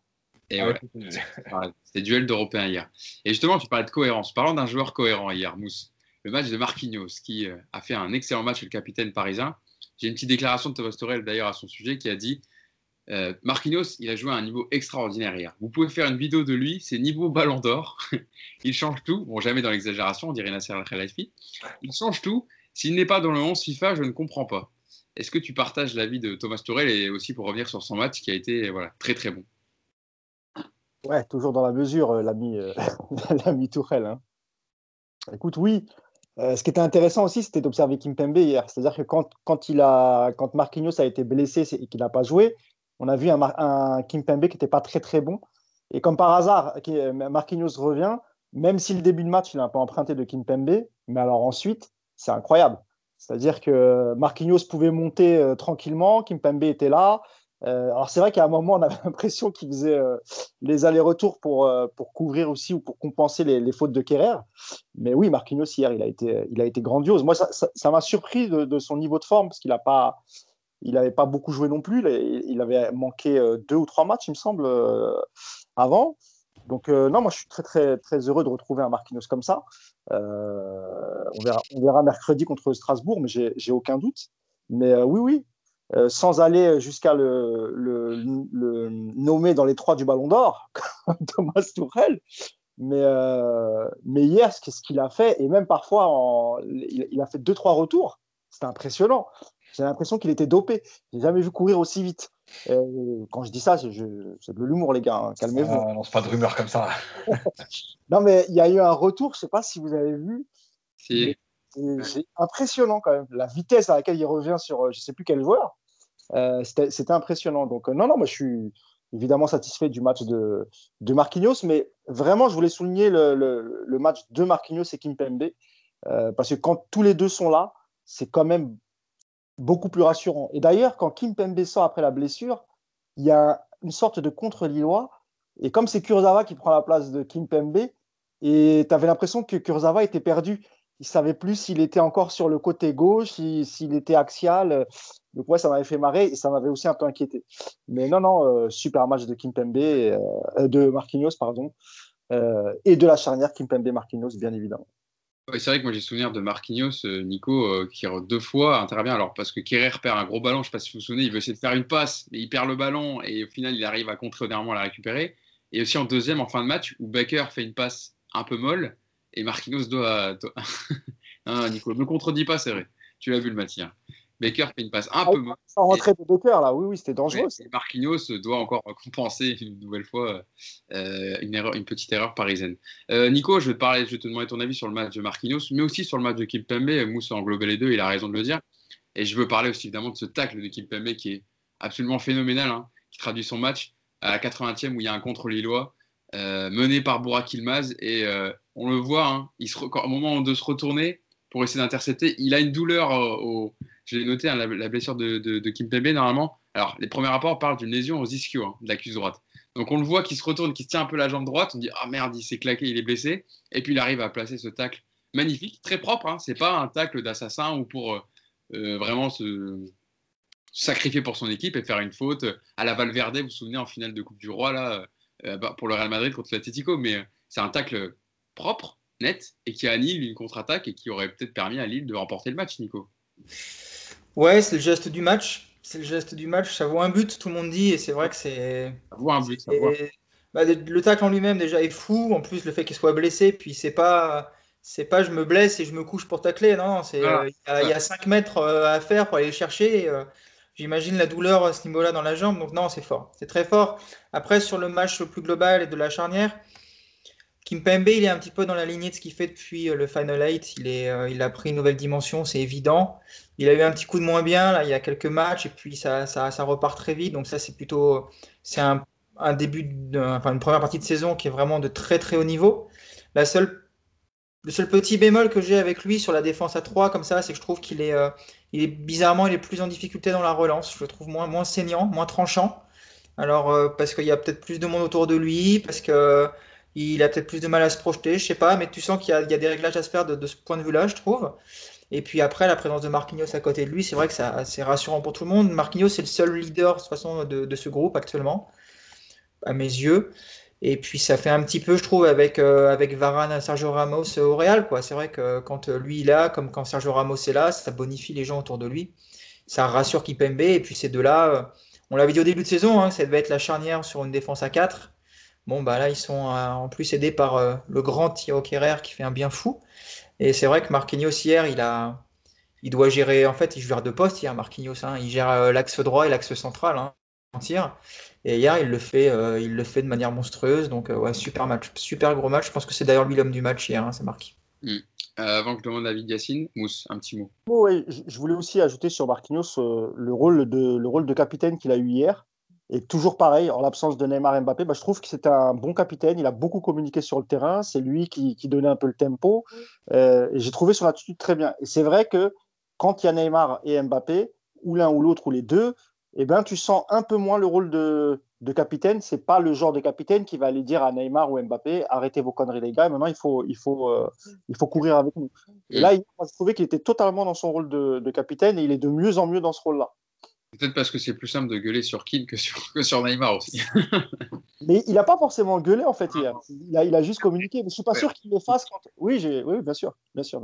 Et ouais, c'était duel d'Européens hier. Et justement, tu parlais de cohérence. Parlons d'un joueur cohérent hier, Mousse. Le match de Marquinhos, qui a fait un excellent match, le capitaine parisien. J'ai une petite déclaration de Thomas Tuchel d'ailleurs à son sujet qui a dit Marquinhos, il a joué à un niveau extraordinaire hier. Vous pouvez faire une vidéo de lui, c'est niveau ballon d'or. Il change tout. Bon, jamais dans l'exagération, on dirait Nasser Al-Khelaifi. Il change tout. S'il n'est pas dans le 11 FIFA, je ne comprends pas. Est-ce que tu partages l'avis de Thomas Tuchel et aussi pour revenir sur son match qui a été très très bon? Ouais, toujours dans la mesure, l'ami Tourelle. Hein. Écoute, oui. Ce qui était intéressant aussi, c'était d'observer Kimpembe hier. C'est-à-dire que quand Marquinhos a été blessé et qu'il n'a pas joué, on a vu un Kimpembe qui n'était pas très très bon. Et comme par hasard, Marquinhos revient, même si le début de match, il a un peu emprunté de Kimpembe, mais alors ensuite, c'est incroyable. C'est-à-dire que Marquinhos pouvait monter tranquillement, Kimpembe était là. Alors c'est vrai qu'à un moment, on avait l'impression qu'il faisait les allers-retours pour couvrir aussi ou pour compenser les fautes de Kerrer. Mais oui, Marquinhos hier, il a été grandiose. Moi, ça m'a surpris de son niveau de forme parce qu'il n'avait pas beaucoup joué non plus. Il avait manqué 2 ou 3 matchs, il me semble, avant. Donc non, moi je suis très très très heureux de retrouver un Marquinhos comme ça. On verra mercredi contre Strasbourg, mais j'ai aucun doute. Mais oui, oui. Sans aller jusqu'à le nommer dans les 3 du Ballon d'Or, comme Thomas Tuchel. Mais hier, ce qu'il a fait, et même parfois, il a fait 2-3 retours, c'était impressionnant. J'ai l'impression qu'il était dopé. J'ai jamais vu courir aussi vite. Quand je dis ça, c'est de l'humour, les gars. Hein. Calmez-vous. On lance pas de rumeurs comme ça. Non, mais il y a eu un retour, je sais pas si vous avez vu. Si. C'est impressionnant quand même. La vitesse à laquelle il revient sur je sais plus quel joueur. C'était impressionnant. Donc, non, moi, je suis évidemment satisfait du match de Marquinhos, mais vraiment, je voulais souligner le match de Marquinhos et Kimpembe, parce que quand tous les deux sont là, c'est quand même beaucoup plus rassurant. Et d'ailleurs, quand Kimpembe sort après la blessure, il y a une sorte de contre-lillois, et comme c'est Kurzawa qui prend la place de Kimpembe, et tu avais l'impression que Kurzawa était perdu. Il ne savait plus s'il était encore sur le côté gauche, s'il était axial. Donc, ouais, ça m'avait fait marrer et ça m'avait aussi un peu inquiété. Mais non, super match de Kimpembe, de Marquinhos, pardon, et de la charnière Kimpembe-Marquinhos, bien évidemment. Ouais, c'est vrai que moi j'ai souvenir de Marquinhos, Nico, qui 2 fois intervient. Alors parce que Kerrer perd un gros ballon, je ne sais pas si vous vous souvenez, il veut essayer de faire une passe, mais il perd le ballon et au final il arrive à contrer au dernier moment à la récupérer. Et aussi en deuxième, en fin de match, où Baker fait une passe un peu molle et Marquinhos doit... non, Nico, ne me contredis pas, c'est vrai. Tu l'as vu le match hier. Baker fait une passe un peu molle. Sans rentrer de Baker, là, oui, c'était dangereux. Ouais, et Marquinhos doit encore compenser une nouvelle fois une petite erreur parisienne. Nico, je vais te demander ton avis sur le match de Marquinhos, mais aussi sur le match de Kimpembe. Moussa a englobé les deux, il a raison de le dire. Et je veux parler aussi évidemment de ce tacle de Kimpembe qui est absolument phénoménal, hein, qui traduit son match à la 80e où il y a un contre lillois mené par Burak Yılmaz. Et on le voit, hein, au moment de se retourner pour essayer d'intercepter, il a une douleur je l'ai noté, hein, la blessure de Kimpembe, normalement. Alors, les premiers rapports parlent d'une lésion aux ischio, hein, de la cuisse droite. Donc, on le voit qui se retourne, qui se tient un peu la jambe droite. On dit, ah merde, il s'est claqué, il est blessé. Et puis, il arrive à placer ce tacle magnifique, très propre. Hein. C'est pas un tacle d'assassin ou pour vraiment se sacrifier pour son équipe et faire une faute à la Valverde, vous vous souvenez, en finale de Coupe du Roi, là, pour le Real Madrid contre l'Atlético. Mais c'est un tacle propre, net, et qui annule une contre-attaque et qui aurait peut-être permis à Lille de remporter le match, Nico. Ouais, c'est le geste du match. C'est le geste du match. Ça vaut un but, tout le monde dit, et c'est vrai que c'est. Ça vaut un but, ça vaut. Bah, le tacle en lui-même déjà est fou. En plus, le fait qu'il soit blessé, puis c'est pas je me blesse et je me couche pour tacler. Non, c'est il y a 5 mètres à faire pour aller le chercher. J'imagine la douleur à ce niveau-là dans la jambe. Donc non, c'est fort. C'est très fort. Après, sur le match plus global et de la charnière, Kimpembe, il est un petit peu dans la lignée de ce qu'il fait depuis le Final 8. Il a pris une nouvelle dimension, c'est évident. Il a eu un petit coup de moins bien là, il y a quelques matchs et puis ça repart très vite. Donc ça, c'est un début, une première partie de saison qui est vraiment de très très haut niveau. Le seul petit bémol que j'ai avec lui sur la défense à 3 comme ça, c'est que je trouve qu'il est bizarrement, il est plus en difficulté dans la relance. Je le trouve moins saignant, moins tranchant. Alors parce qu'il y a peut-être plus de monde autour de lui, parce que il a peut-être plus de mal à se projeter, je sais pas, mais tu sens qu'il y a des réglages à se faire de ce point de vue-là, je trouve. Et puis après, la présence de Marquinhos à côté de lui, c'est vrai que c'est rassurant pour tout le monde. Marquinhos, c'est le seul leader de toute façon de ce groupe actuellement. à mes yeux. Et puis ça fait un petit peu, je trouve, avec Varane, Sergio Ramos au Real, quoi. C'est vrai que quand lui il est là, comme quand Sergio Ramos est là, ça bonifie les gens autour de lui. Ça rassure Kipembe. Et puis ces deux-là, on l'avait dit au début de saison, hein, ça devait être la charnière sur une défense à 4. Bon, bah là, ils sont en plus aidés par le grand Thierry Kerrer qui fait un bien fou. Et c'est vrai que Marquinhos hier, il doit gérer, en fait, il gère deux postes hier, Marquinhos, hein. Il gère l'axe droit et l'axe central, hein, en tir. Et hier, il le fait de manière monstrueuse. Donc, ouais, super match, super gros match. Je pense que c'est d'ailleurs lui l'homme du match hier, hein, c'est marqué. Avant que je demande l'avis de Yacine, Mousse, un petit mot. Ouais, je voulais aussi ajouter sur Marquinhos le rôle de capitaine qu'il a eu hier. Et toujours pareil, en l'absence de Neymar et Mbappé, bah, je trouve que c'était un bon capitaine. Il a beaucoup communiqué sur le terrain. C'est lui qui donnait un peu le tempo. Et j'ai trouvé son attitude très bien. Et c'est vrai que quand il y a Neymar et Mbappé, ou l'un ou l'autre, ou les deux, eh ben, tu sens un peu moins le rôle de capitaine. C'est pas le genre de capitaine qui va aller dire à Neymar ou Mbappé, arrêtez vos conneries les gars, maintenant il faut courir avec nous. Et là, moi, je trouvais qu'il était totalement dans son rôle de capitaine et il est de mieux en mieux dans ce rôle-là. Peut-être parce que c'est plus simple de gueuler sur Keane que sur Neymar aussi. Mais il n'a pas forcément gueulé en fait hier. Il a juste communiqué. Mais je ne suis pas sûr qu'il le fasse quand. Oui, bien sûr. Bien sûr.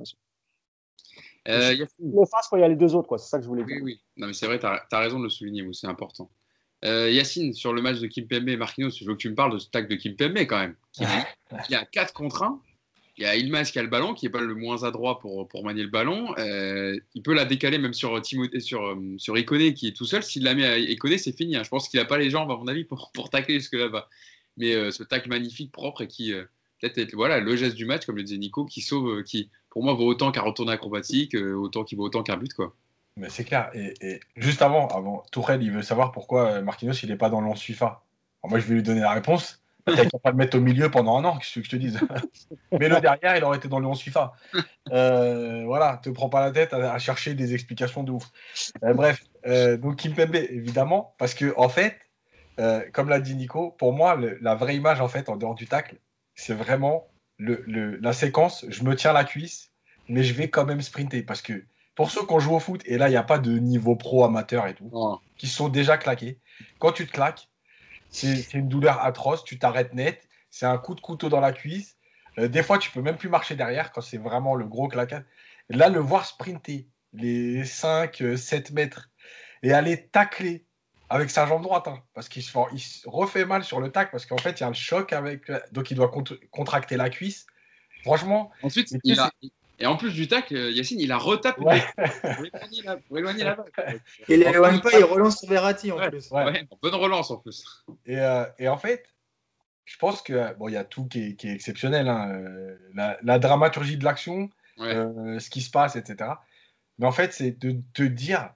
Il le fasse quand il y a les deux autres, quoi. C'est ça que je voulais dire. Oui. Non, mais c'est vrai, tu as raison de le souligner, c'est important. Yacine, sur le match de Kimpembe et Marquinhos, je veux que tu me parles de ce tac de Kimpembe quand même. Il a 4 contre 1. Il y a Ilmaz qui a le ballon, qui n'est pas le moins adroit pour manier le ballon. Il peut la décaler même sur Timothée, sur Ikoné qui est tout seul. S'il la met à Ikoné, c'est fini. Hein. Je pense qu'il n'a pas les jambes, à mon avis, pour tacler jusque là-bas. Mais ce tac magnifique, propre et qui peut-être est le geste du match, comme le disait Nico, qui sauve, qui pour moi vaut autant qu'un retourné acrobatique, qui vaut autant qu'un but, quoi. Mais c'est clair. Et juste avant, Tourelle, il veut savoir pourquoi Marquinhos, il n'est pas dans l'once FIFA. Alors moi, je vais lui donner la réponse. T'as qu'à pas le mettre au milieu pendant un an, qu'est-ce que je te dise. Mais le derrière, il aurait été dans le 11 FIFA. Voilà, te prends pas la tête à chercher des explications de ouf. Bref, donc Kimpembe, évidemment, parce que en fait, comme l'a dit Nico, pour moi, la vraie image, en fait, en dehors du tacle, c'est vraiment la séquence, je me tiens la cuisse, mais je vais quand même sprinter. Parce que pour ceux qui ont joué au foot, et là, il n'y a pas de niveau pro, amateur et tout, qui sont déjà claqués, quand tu te claques, c'est une douleur atroce, tu t'arrêtes net, c'est un coup de couteau dans la cuisse. Des fois, tu peux même plus marcher derrière quand c'est vraiment le gros claquage. Là, le voir sprinter les 5-7 mètres et aller tacler avec sa jambe droite, hein, parce qu'il se refait mal sur le tac, parce qu'en fait, il y a un choc donc il doit contracter la cuisse. Franchement. Ensuite, et en plus du tac, Yacine, il a retapé pour éloigner la balle. Il l'éloigne pas, il relance sur Verratti en plus. Ouais, bonne relance en plus. Et en fait, je pense que il y a tout qui est exceptionnel, hein, la dramaturgie de l'action, ce qui se passe, etc. Mais en fait, c'est de te dire,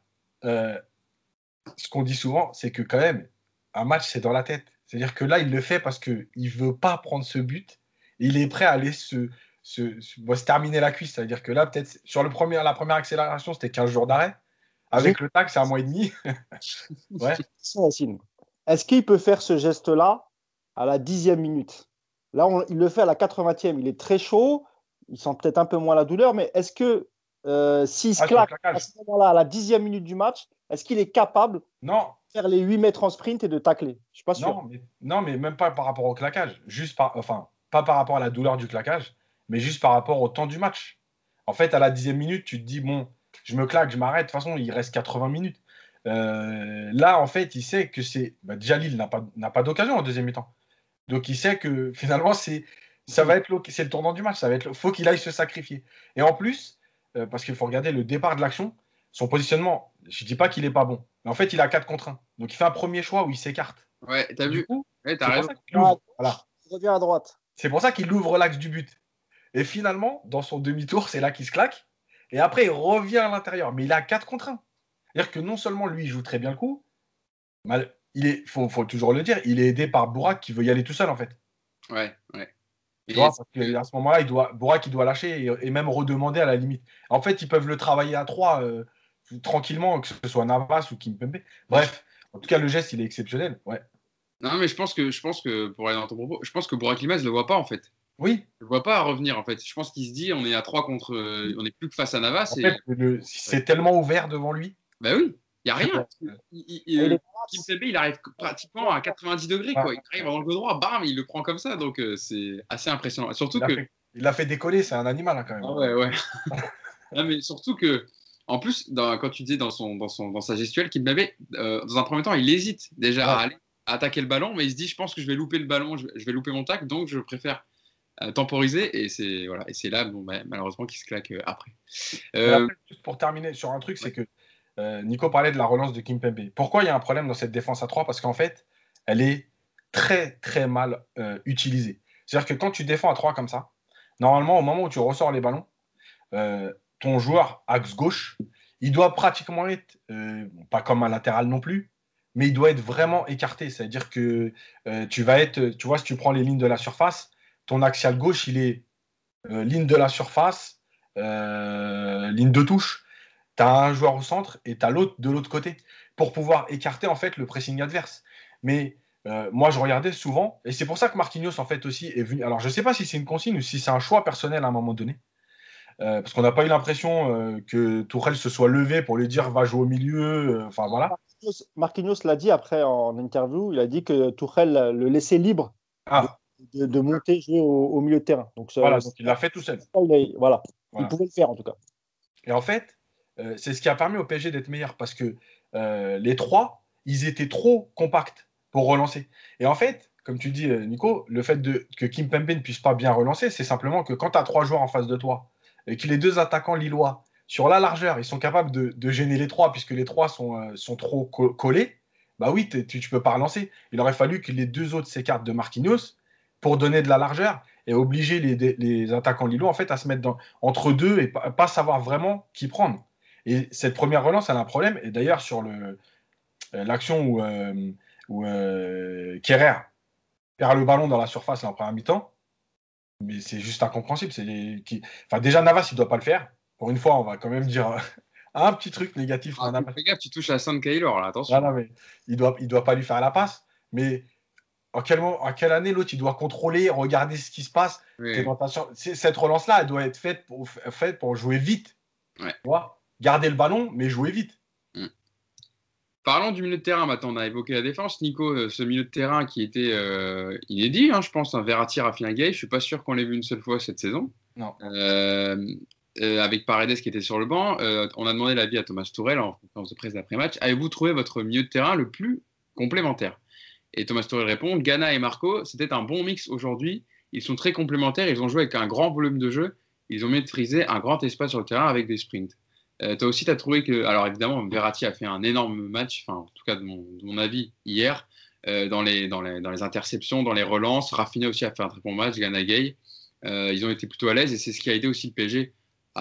ce qu'on dit souvent, c'est que quand même, un match, c'est dans la tête. C'est-à-dire que là, il le fait parce qu'il ne veut pas prendre ce but. Et il est prêt à aller se terminer la cuisse. C'est-à-dire que là, peut-être, sur la première accélération, c'était 15 jours d'arrêt. Avec le tac, c'est 1 mois et demi. Ouais. Est-ce qu'il peut faire ce geste-là à la 10e minute? Là, il le fait à la 80e. Il est très chaud. Il sent peut-être un peu moins la douleur. Mais est-ce que s'il se claque à ce moment-là, à la 10e minute du match, est-ce qu'il est capable de faire les 8 mètres en sprint et de tacler? Je ne suis pas sûr. Non, mais même pas par rapport au claquage. Pas par rapport à la douleur du claquage, mais juste par rapport au temps du match. En fait, à la 10e minute, tu te dis, bon, je me claque, je m'arrête. De toute façon, il reste 80 minutes. Là, en fait, il sait que c'est. Déjà, Lille n'a pas d'occasion en deuxième mi-temps. Donc, il sait que finalement, c'est le tournant du match. Faut qu'il aille se sacrifier. Et en plus, parce qu'il faut regarder le départ de l'action, son positionnement, je ne dis pas qu'il n'est pas bon. Mais en fait, il a 4 contre 1. Donc, il fait un premier choix où il s'écarte. Ouais, t'as vu. T'as raison. Il revient à droite. C'est pour ça qu'il ouvre l'axe du but. Et finalement, dans son demi-tour, c'est là qu'il se claque. Et après, il revient à l'intérieur. Mais il a 4 contre 1. C'est-à-dire que non seulement lui, il joue très bien le coup, faut toujours le dire, il est aidé par Bourak qui veut y aller tout seul, en fait. Ouais. Tu vois, parce qu'à ce moment-là, Bourak, il doit lâcher et même redemander à la limite. En fait, ils peuvent le travailler à 3 tranquillement, que ce soit Navas ou Kimpembe. Bref, en tout cas, le geste, il est exceptionnel. Ouais. Non, mais je pense que pour aller dans ton propos, je pense que Burak Yilmaz ne le voit pas, en fait. Oui. Je ne vois pas revenir, en fait. Je pense qu'il se dit, on est à 3 contre. On n'est plus que face à Navas. En fait, c'est tellement ouvert devant lui. Ben oui, il n'y a rien. Il est Kimpembe, il arrive pratiquement à 90 degrés. Quoi. Il arrive dans le droit, bam, il le prend comme ça. Donc, c'est assez impressionnant. Surtout il l'a fait décoller, c'est un animal hein, quand même. Ah ouais. Non, mais surtout que, en plus, quand tu dis dans sa gestuelle, Kimpembe, dans un premier temps, il hésite déjà à aller attaquer le ballon, mais il se dit, je pense que je vais louper le ballon, je vais louper mon tacle, donc je préfère temporiser. Et c'est là, malheureusement, qu'il se claque après. Après, juste pour terminer sur un truc, c'est que Nico parlait de la relance de Kimpembe. Pourquoi il y a un problème dans cette défense à 3? Parce qu'en fait, elle est très, très mal utilisée. C'est-à-dire que quand tu défends à 3 comme ça, normalement, au moment où tu ressors les ballons, ton joueur axe gauche, il doit pratiquement être, pas comme un latéral non plus, mais il doit être vraiment écarté. C'est-à-dire que tu vas être, tu vois, si tu prends les lignes de la surface, ton axial gauche, il est ligne de la surface, ligne de touche. Tu as un joueur au centre et tu as l'autre de l'autre côté pour pouvoir écarter en fait le pressing adverse. Mais moi, je regardais souvent, et c'est pour ça que Marquinhos en fait aussi est venu. Alors, je ne sais pas si c'est une consigne ou si c'est un choix personnel à un moment donné. Parce qu'on n'a pas eu l'impression que Tourelle se soit levé pour lui dire va jouer au milieu. Enfin voilà. Marquinhos l'a dit après en interview, il a dit que Tourelle le laissait libre de monter jouer au milieu de terrain. Donc, donc il l'a fait tout seul. Voilà, il pouvait le faire en tout cas. Et en fait, c'est ce qui a permis au PSG d'être meilleur parce que les trois, ils étaient trop compacts pour relancer. Et en fait, comme tu dis, Nico, le fait que Kimpembe ne puisse pas bien relancer, c'est simplement que quand tu as 3 joueurs en face de toi et que les 2 attaquants lillois, sur la largeur, ils sont capables de gêner les 3 puisque les 3 sont trop collés, bah oui, tu ne peux pas relancer. Il aurait fallu que les 2 autres s'écartent de Marquinhos pour donner de la largeur et obliger les attaquants lillois en fait, à se mettre entre deux et pas savoir vraiment qui prendre. Et cette première relance, elle a un problème. Et d'ailleurs, sur l'action où Kerrer perd le ballon dans la surface en première mi-temps, mais c'est juste incompréhensible. Déjà, Navas, il ne doit pas le faire. Pour une fois, on va quand même dire un petit truc négatif. Fais gaffe, tu touches à Son Caylor, là, attention. Non, mais il doit pas lui faire la passe. Mais en quelle année l'autre, il doit contrôler, regarder ce qui se passe. Oui. Cette relance-là, elle doit être faite pour jouer vite. Ouais. Tu vois, garder le ballon, mais jouer vite. Parlons du milieu de terrain maintenant. On a évoqué la défense. Nico, ce milieu de terrain qui était inédit, je pense. Verratti, Rafinha, Gueye. Je ne suis pas sûr qu'on l'ait vu une seule fois cette saison. Non. Avec Paredes qui était sur le banc. On a demandé l'avis à Thomas Tuchel en conférence de presse d'après-match. Avez-vous trouvé votre milieu de terrain le plus complémentaire? Et Thomas Tuchel répond, Gana et Marco, c'était un bon mix aujourd'hui. Ils sont très complémentaires. Ils ont joué avec un grand volume de jeu. Ils ont maîtrisé un grand espace sur le terrain avec des sprints. Toi aussi, tu as trouvé que... Alors évidemment, Verratti a fait un énorme match, en tout cas de mon avis, hier, dans les interceptions, dans les relances. Rafinha aussi a fait un très bon match, Gana Gueye. Ils ont été plutôt à l'aise et c'est ce qui a aidé aussi le PSG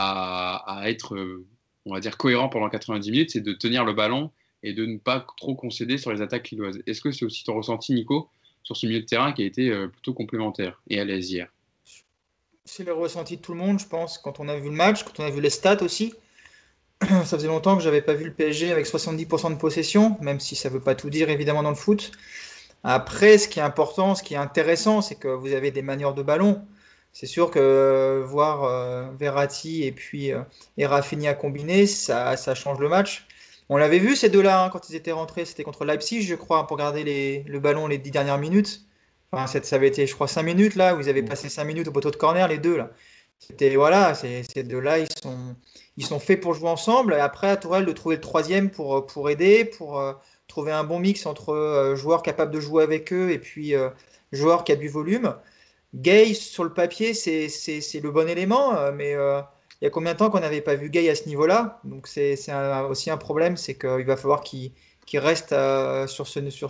à être, on va dire, cohérent pendant 90 minutes, c'est de tenir le ballon et de ne pas trop concéder sur les attaques lilloises. Est-ce que c'est aussi ton ressenti, Nico, sur ce milieu de terrain qui a été plutôt complémentaire et à l'aise hier? C'est le ressenti de tout le monde, je pense, quand on a vu le match, quand on a vu les stats aussi. Ça faisait longtemps que je n'avais pas vu le PSG avec 70% de possession, même si ça ne veut pas tout dire évidemment dans le foot. Après, ce qui est important, ce qui est intéressant, c'est que vous avez des manières de ballon. C'est sûr que voir Verratti et Rafinha combinés, ça change le match. On l'avait vu ces deux-là quand ils étaient rentrés, c'était contre Leipzig, je crois, pour garder le ballon les 10 dernières minutes. Enfin, ça avait été, je crois, 5 minutes là, où ils avaient passé 5 minutes au poteau de corner, les deux là. C'était, voilà, ces deux-là, ils sont faits pour jouer ensemble. Et après, à Tourelle de trouver le troisième pour aider, pour trouver un bon mix entre joueurs capables de jouer avec eux et puis joueurs qui a du volume. Gueye, sur le papier, c'est le bon élément, mais il y a combien de temps qu'on n'avait pas vu Gueye à ce niveau-là? Donc c'est aussi un problème, c'est qu'il va falloir qu'il reste sur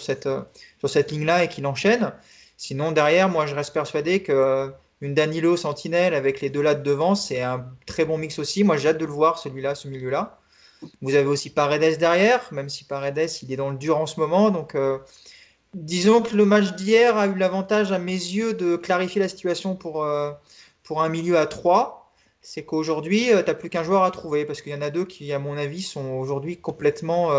cette ligne-là et qu'il enchaîne. Sinon, derrière, moi, je reste persuadé qu'une Danilo Sentinelle avec les deux là de devant, c'est un très bon mix aussi. Moi, j'ai hâte de le voir, celui-là, ce milieu-là. Vous avez aussi Paredes derrière, même si Paredes, il est dans le dur en ce moment. Donc, disons que le match d'hier a eu l'avantage, à mes yeux, de clarifier la situation pour un milieu à 3. C'est qu'aujourd'hui, tu n'as plus qu'un joueur à trouver, parce qu'il y en a deux qui, à mon avis, sont aujourd'hui complètement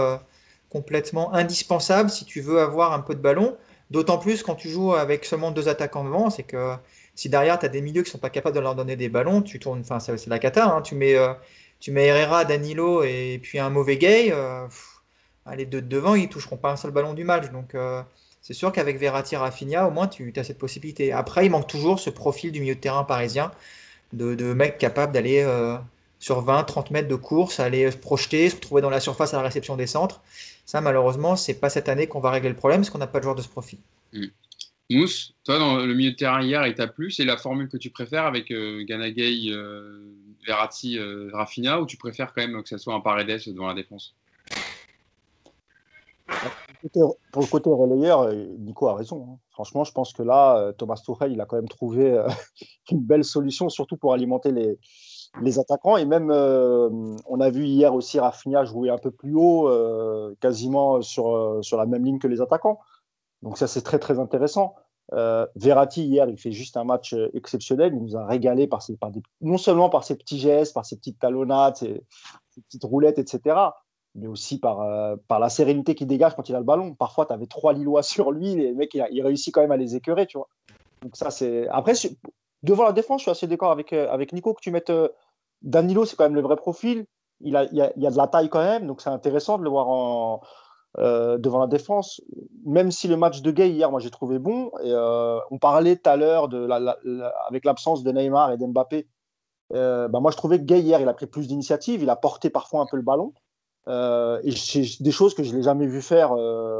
indispensables si tu veux avoir un peu de ballon. D'autant plus quand tu joues avec seulement deux attaquants devant, c'est que si derrière tu as des milieux qui ne sont pas capables de leur donner des ballons, tu tournes, enfin c'est la cata, hein. Tu mets Herrera, Danilo et puis un mauvais Gueye, les deux de devant, ils toucheront pas un seul ballon du match. Donc, c'est sûr qu'avec Verratti et Rafinha, au moins, tu as cette possibilité. Après, il manque toujours ce profil du milieu de terrain parisien, de mec capable d'aller sur 20-30 mètres de course, aller se projeter, se retrouver dans la surface à la réception des centres. Ça, malheureusement, c'est pas cette année qu'on va régler le problème, parce qu'on n'a pas de joueur de ce profil. Mm. Mousse, toi, dans le milieu de terrain hier, il t'a plu? C'est la formule que tu préfères avec Gana Gueye, Verratti, Rafinha, ou tu préfères quand même que ça soit un Paredes devant la défense? Pour le côté relayeur, Nico a raison, hein. Franchement, je pense que là, Thomas Tuchel, il a quand même trouvé une belle solution, surtout pour alimenter les attaquants. Et même, on a vu hier aussi Rafinha jouer un peu plus haut, quasiment sur la même ligne que les attaquants. Donc ça, c'est très, très intéressant. Verratti, hier, il fait juste un match exceptionnel. Il nous a régalé non seulement par ses petits gestes, par ses petites talonnades, ses petites roulettes, etc., mais aussi par la sérénité qu'il dégage quand il a le ballon. Parfois, tu avais 3 Lillois sur lui, les mecs, il réussit quand même à les écœurer, tu vois. Donc ça, c'est... Après, devant la défense, je suis assez d'accord avec Nico que tu mettes... Danilo, c'est quand même le vrai profil. Il a de la taille quand même, donc c'est intéressant de le voir devant la défense. Même si le match de Gueye hier, moi j'ai trouvé bon. Et, on parlait tout à l'heure avec l'absence de Neymar et d'Mbappé. Moi je trouvais que Gueye hier, il a pris plus d'initiative, il a porté parfois un peu le ballon. Et c'est des choses que je ne l'ai jamais vu faire,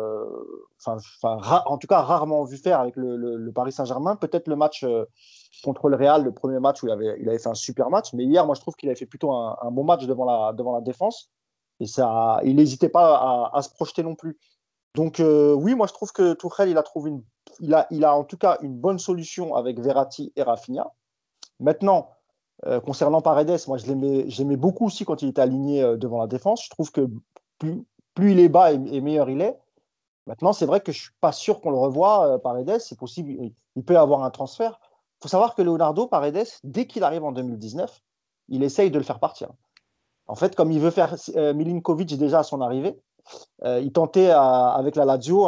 en tout cas rarement vu faire avec le Paris Saint-Germain. Peut-être le match contre le Real, le premier match où il avait fait un super match. Mais hier, moi je trouve qu'il avait fait plutôt un bon match devant la défense. Et ça, il n'hésitait pas à se projeter non plus. Donc oui, moi je trouve que Tuchel, il a en tout cas une bonne solution avec Verratti et Rafinha. Maintenant, concernant Paredes, moi j'aimais beaucoup aussi quand il était aligné devant la défense. Je trouve que plus il est bas et meilleur il est. Maintenant, c'est vrai que je ne suis pas sûr qu'on le revoie, Paredes. C'est possible, il peut y avoir un transfert. Il faut savoir que Leonardo Paredes, dès qu'il arrive en 2019, il essaye de le faire partir. En fait, comme il veut faire Milinkovic déjà à son arrivée, il tentait avec la Lazio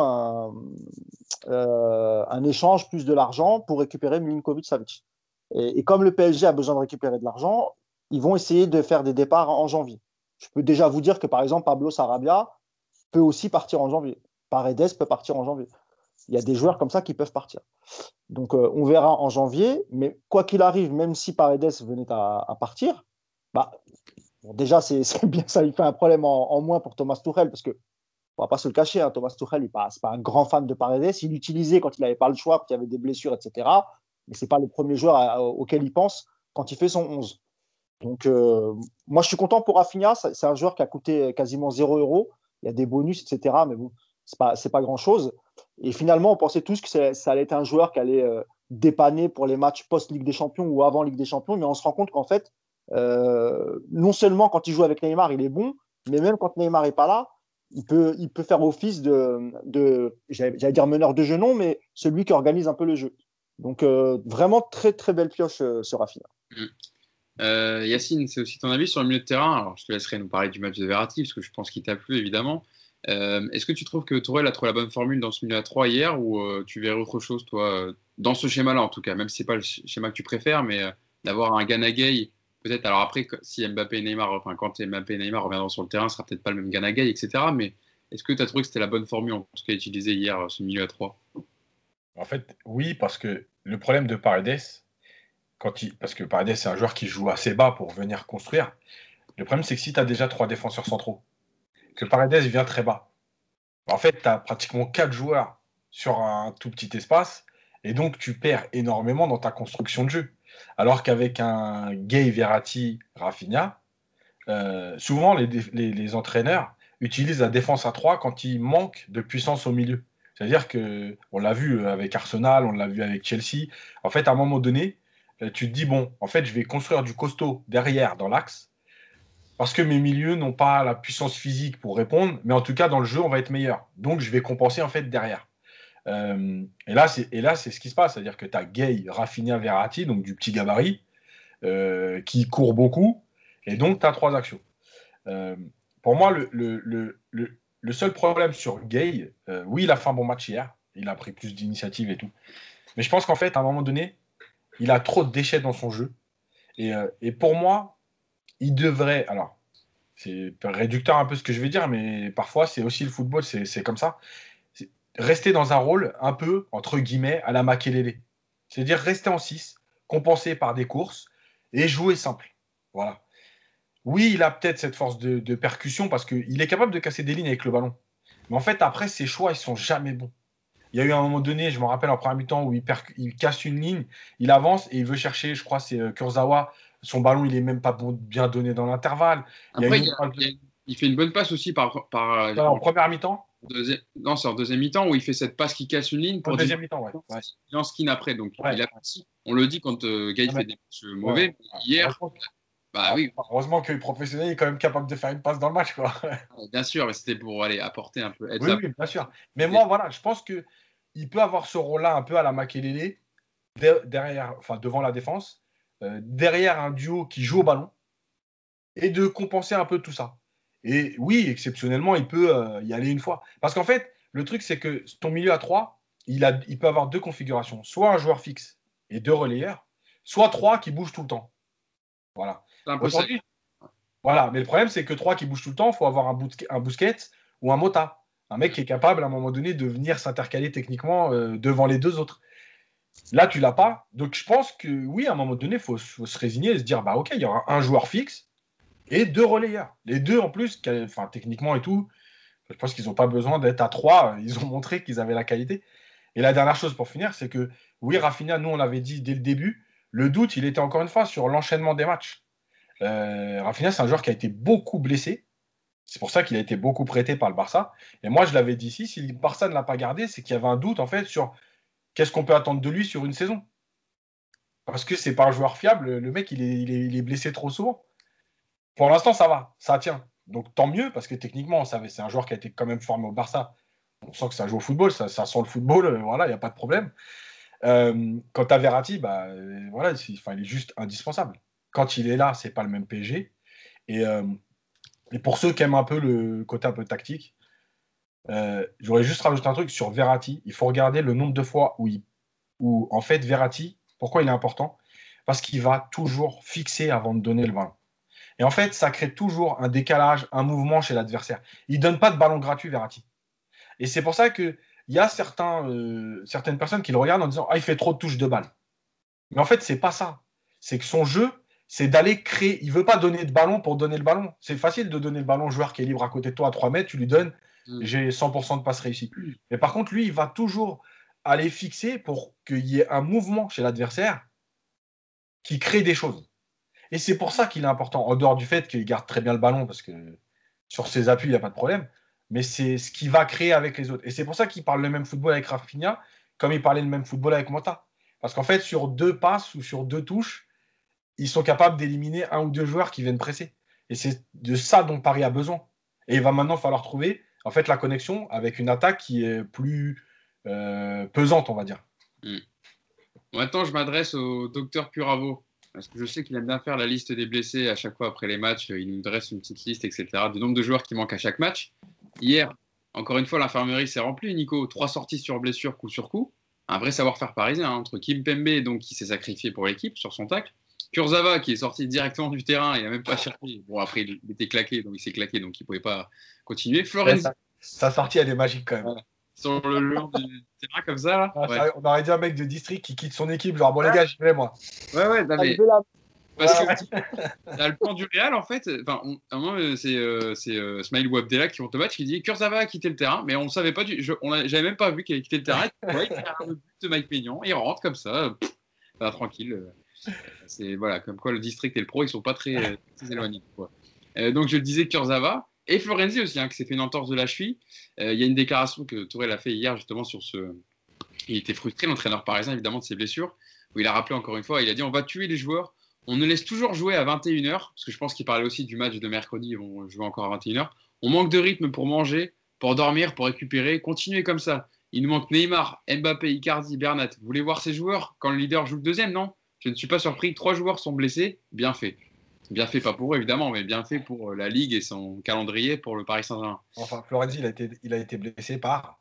un échange plus de l'argent pour récupérer Milinkovic-Savic. Et comme le PSG a besoin de récupérer de l'argent, ils vont essayer de faire des départs en janvier. Je peux déjà vous dire que par exemple Pablo Sarabia peut aussi partir en janvier. Paredes peut partir en janvier. Il y a des joueurs comme ça qui peuvent partir. Donc on verra en janvier, mais quoi qu'il arrive, même si Paredes venait à partir, bon, déjà c'est bien, ça il fait un problème en moins pour Thomas Tuchel, parce que on va pas se le cacher, hein, Thomas Tuchel, c'est pas un grand fan de Paredes. Il l'utilisait quand il n'avait pas le choix, quand il y avait des blessures, etc. Mais c'est pas le premier joueur auquel il pense quand il fait son 11. Donc, moi, je suis content pour Rafinha. C'est un joueur qui a coûté quasiment 0 €. Il y a des bonus, etc. Mais bon, c'est pas grand-chose. Et finalement, on pensait tous que ça allait être un joueur qui allait dépanner pour les matchs post-Ligue des Champions ou avant Ligue des Champions. Mais on se rend compte qu'en fait, non seulement quand il joue avec Neymar, il est bon, mais même quand Neymar n'est pas là, il peut faire office j'allais dire meneur de jeu, non, mais celui qui organise un peu le jeu. Donc, vraiment très, très belle pioche ce Rafinha. Yacine, c'est aussi ton avis sur le milieu de terrain. Alors, je te laisserai nous parler du match de Verratti, parce que je pense qu'il t'a plu, évidemment. Est-ce que tu trouves que Tourelle a trouvé la bonne formule dans ce milieu à 3 hier, ou tu verrais autre chose, toi, dans ce schéma-là, en tout cas, même si ce n'est pas le schéma que tu préfères, mais d'avoir un Gana Gueye, peut-être, alors après, si Mbappé et Neymar, enfin, quand Mbappé et Neymar reviendront sur le terrain, ce sera peut-être pas le même Gana Gueye, etc. Mais est-ce que tu as trouvé que c'était la bonne formule, en tout cas, utilisée hier, ce milieu à 3? En fait, oui, parce que le problème de Paredes, parce que Paredes, c'est un joueur qui joue assez bas pour venir construire. Le problème, c'est que si tu as déjà 3 défenseurs centraux, que Paredes vient très bas, en fait, tu as pratiquement 4 joueurs sur un tout petit espace, et donc tu perds énormément dans ta construction de jeu. Alors qu'avec un Gueye, Verratti, Rafinha, souvent les entraîneurs utilisent la défense à 3 quand il manque de puissance au milieu. C'est-à-dire qu'on l'a vu avec Arsenal, on l'a vu avec Chelsea. En fait, à un moment donné, tu te dis, bon, en fait, je vais construire du costaud derrière dans l'axe, parce que mes milieux n'ont pas la puissance physique pour répondre, mais en tout cas, dans le jeu, on va être meilleur. Donc, je vais compenser en fait derrière. Et là, c'est ce qui se passe. C'est-à-dire que tu as Gueye, Rafinha, Verratti, donc du petit gabarit, qui court beaucoup, et donc tu as 3 actions. Pour moi, le seul problème sur Gueye, oui, il a fait un bon match hier, il a pris plus d'initiative et tout, mais je pense qu'en fait, à un moment donné, il a trop de déchets dans son jeu, et pour moi, il devrait, alors, c'est réducteur un peu ce que je vais dire, mais parfois, c'est aussi le football, c'est comme ça. Rester dans un rôle un peu, entre guillemets, à la Makelele. C'est-à-dire rester en 6, compensé par des courses et jouer simple. Voilà. Oui, il a peut-être cette force de percussion parce qu'il est capable de casser des lignes avec le ballon. Mais en fait, après, ses choix, ils sont jamais bons. Il y a eu un moment donné, je me rappelle en première mi-temps, où il casse une ligne, il avance et il veut chercher, je crois, c'est Kurzawa. Son ballon, il est même pas bien donné dans l'intervalle. Il y a Après, une autre passe il fait une bonne passe aussi en première mi-temps. non, c'est en deuxième mi-temps où il fait cette passe qui casse une ligne En pour deuxième mi-temps, ouais. il lance skin après. Donc, Ouais. on le dit quand Gaël fait des matchs mauvais. Ouais. Hier, oui. Heureusement que le professionnel est quand même capable de faire une passe dans le match, quoi. Bien sûr, mais c'était pour aller apporter un peu. Oui, bien sûr. Mais moi, voilà, je pense qu'il peut avoir ce rôle-là un peu à la Makelele, derrière, enfin, devant la défense, derrière un duo qui joue au ballon, et de compenser un peu tout ça. Et oui, exceptionnellement, il peut y aller une fois. Parce qu'en fait, le truc, c'est que ton milieu à 3, il peut avoir deux configurations. Soit un joueur fixe et deux relayeurs, soit 3 qui bougent tout le temps. Voilà. C'est un peu ça. Aujourd'hui, voilà. Mais le problème, c'est que 3 qui bougent tout le temps, il faut avoir un Busquets ou un Mota. Un mec qui est capable, à un moment donné, de venir s'intercaler techniquement devant les deux autres. Là, tu l'as pas. Donc, je pense que oui, à un moment donné, il faut se résigner et se dire, bah ok, il y aura un joueur fixe et deux relayeurs. Les deux, en plus, enfin, techniquement et tout, je pense qu'ils n'ont pas besoin d'être à 3. Ils ont montré qu'ils avaient la qualité. Et la dernière chose pour finir, c'est que oui, Rafinha, nous, on l'avait dit dès le début, le doute, il était encore une fois sur l'enchaînement des matchs. Rafinha, c'est un joueur qui a été beaucoup blessé. C'est pour ça qu'il a été beaucoup prêté par le Barça. Et moi, je l'avais dit ici, si le Barça ne l'a pas gardé, c'est qu'il y avait un doute en fait sur qu'est-ce qu'on peut attendre de lui sur une saison. Parce que c'est pas un joueur fiable. Le mec, il est blessé trop souvent. Pour l'instant, ça va, ça tient. Donc tant mieux, parce que techniquement, c'est un joueur qui a été quand même formé au Barça. On sent que ça joue au football, ça sent le football, voilà, il n'y a pas de problème. Quant à Verratti, bah, voilà, il est juste indispensable. Quand il est là, c'est pas le même PSG. Et, et pour ceux qui aiment un peu le côté un peu tactique, j'aurais juste rajouté un truc sur Verratti. Il faut regarder le nombre de fois où en fait, Verratti, pourquoi il est important? Parce qu'il va toujours fixer avant de donner le ballon. Et en fait, ça crée toujours un décalage, un mouvement chez l'adversaire. Il ne donne pas de ballon gratuit, Verratti. Et c'est pour ça qu'il y a certaines personnes qui le regardent en disant « Ah, il fait trop de touches de balle ». Mais en fait, c'est pas ça. C'est que son jeu, c'est d'aller créer. Il ne veut pas donner de ballon pour donner le ballon. C'est facile de donner le ballon au joueur qui est libre à côté de toi à 3 mètres, tu lui donnes, j'ai 100% de passes réussies. Mais par contre, lui, il va toujours aller fixer pour qu'il y ait un mouvement chez l'adversaire qui crée des choses. Et c'est pour ça qu'il est important, en dehors du fait qu'il garde très bien le ballon, parce que sur ses appuis, il n'y a pas de problème, mais c'est ce qu'il va créer avec les autres. Et c'est pour ça qu'il parle le même football avec Rafinha, comme il parlait le même football avec Mota. Parce qu'en fait, sur 2 passes ou sur 2 touches, ils sont capables d'éliminer 1 ou 2 joueurs qui viennent presser. Et c'est de ça dont Paris a besoin. Et il va maintenant falloir trouver en fait, la connexion avec une attaque qui est plus pesante, on va dire. Maintenant, je m'adresse au docteur Puravo. Parce que je sais qu'il aime bien faire la liste des blessés à chaque fois après les matchs. Il nous dresse une petite liste, etc. du nombre de joueurs qui manquent à chaque match. Hier, encore une fois, l'infirmerie s'est remplie, Nico. 3 sorties sur blessure, coup sur coup. Un vrai savoir-faire parisien entre Kimpembe, donc, qui s'est sacrifié pour l'équipe sur son tacle. Kurzawa, qui est sorti directement du terrain. Il n'a même pas cherché. Bon, après, il était claqué, donc il s'est claqué, donc il ne pouvait pas continuer. Florenzi. Sa sortie, elle est magique quand même. Voilà. Sur le long du terrain, comme ça. Là. Ouais. On aurait dit un mec de district qui quitte son équipe. Genre, bon, les gars, j'y vais, moi. Ouais, non, mais... Parce que dans le plan du Real, en fait, à un moment, c'est Smile Wabdella qui monte au match, qui dit Kurzawa a quitté le terrain, mais on ne savait pas, j'avais même pas vu qu'il avait quitté le terrain. Ouais, il fait le but de Mike Maignan, il rentre comme ça, tranquille. C'est voilà, comme quoi le district et le pro, ils sont pas très éloignés. Quoi. Donc je le disais, Kurzawa et Florenzi aussi, qui s'est fait une entorse de la cheville. Il y a une déclaration que Tourelle a fait hier justement sur ce. Il était frustré, l'entraîneur parisien, évidemment, de ses blessures, où il a rappelé encore une fois, il a dit on va tuer les joueurs. On ne laisse toujours jouer à 21h, parce que je pense qu'il parlait aussi du match de mercredi, ils vont jouer encore à 21h. On manque de rythme pour manger, pour dormir, pour récupérer. Continuez comme ça. Il nous manque Neymar, Mbappé, Icardi, Bernat. Vous voulez voir ces joueurs quand le leader joue le deuxième? Non, je ne suis pas surpris. 3 joueurs sont blessés. Bien fait. Bien fait, pas pour eux évidemment, mais bien fait pour la Ligue et son calendrier pour le Paris Saint-Germain. Enfin, Florenzi, il a été blessé par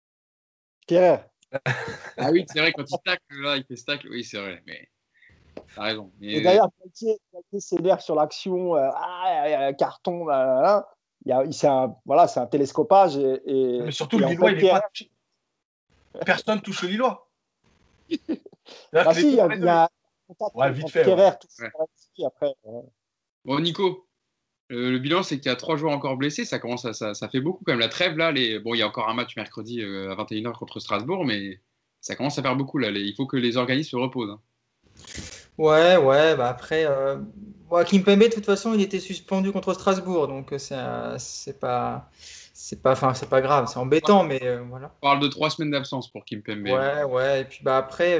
Pierre. Ah oui, c'est vrai, quand il tacle, là, il fait ce tacle. Oui, c'est vrai. Mais T'as raison. Et d'ailleurs, Galtier s'énerve sur l'action, carton, là, là, là. C'est un télescopage. Mais surtout, le en Lillois, fait, il n'est pas touché. Personne touche le Lillois. Bah si, il y a un contact Ouais, vite entre fait. Kerrer, tout Ouais. ça, après. Bon, Nico, le bilan, c'est qu'il y a 3 joueurs encore blessés. Ça commence ça fait beaucoup quand même. La trêve, là, bon, il y a encore un match mercredi à 21h contre Strasbourg, mais ça commence à faire beaucoup, là. Il faut que les organismes se reposent. Hein. Ouais, bah après, Kimpembe, de toute façon, il était suspendu contre Strasbourg, donc c'est pas grave, c'est embêtant, mais voilà. On parle de 3 semaines d'absence pour Kimpembe. Ouais, et puis bah après,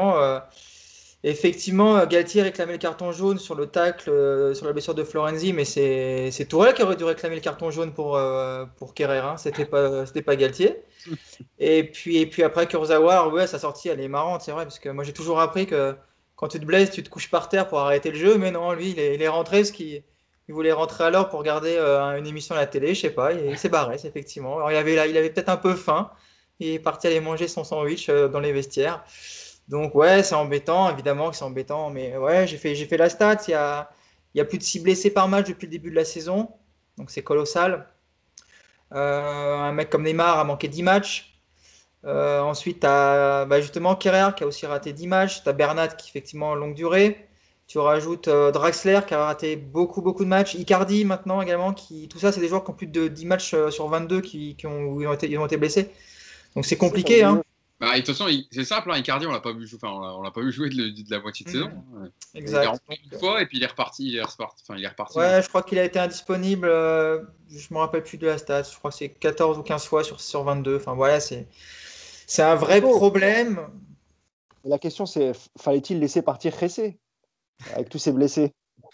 Galtier réclamait le carton jaune sur le tacle, sur la blessure de Florenzi, mais c'est Tourelle qui aurait dû réclamer le carton jaune pour Kerrer, hein. C'était pas Galtier. Et puis après, Kurzawa, ouais, sa sortie, elle est marrante, c'est vrai, parce que moi j'ai toujours appris que quand tu te blesses, tu te couches par terre pour arrêter le jeu, mais non, lui, il est rentré parce qu'il voulait rentrer alors pour regarder une émission à la télé, je sais pas, il s'est barré, effectivement. Alors il avait peut-être un peu faim, il est parti aller manger son sandwich dans les vestiaires. Donc ouais, c'est embêtant, évidemment que c'est embêtant, mais ouais, j'ai fait la stat, il y a plus de 6 blessés par match depuis le début de la saison, donc c'est colossal. Un mec comme Neymar a manqué 10 matchs. Ensuite, tu as justement Kerrer qui a aussi raté 10 matchs. Tu as Bernat qui, effectivement, longue durée. Tu rajoutes Draxler qui a raté beaucoup de matchs. Icardi maintenant également. Tout ça, c'est des joueurs qui ont plus de 10 matchs sur 22 où ils ont été blessés. Donc c'est compliqué. Hein. Bah, de toute façon, c'est simple, hein, Icardi, on l'a pas vu jouer, on l'a pas vu jouer de la moitié de saison. Hein. Exact. Il est rentré une fois et puis il est reparti. Ouais, Hein. je crois qu'il a été indisponible. Je me rappelle plus de la stat. Je crois que c'est 14 ou 15 fois sur 22. Enfin voilà, c'est un vrai problème. La question, c'est fallait-il laisser partir Ressé avec tous ces blessés?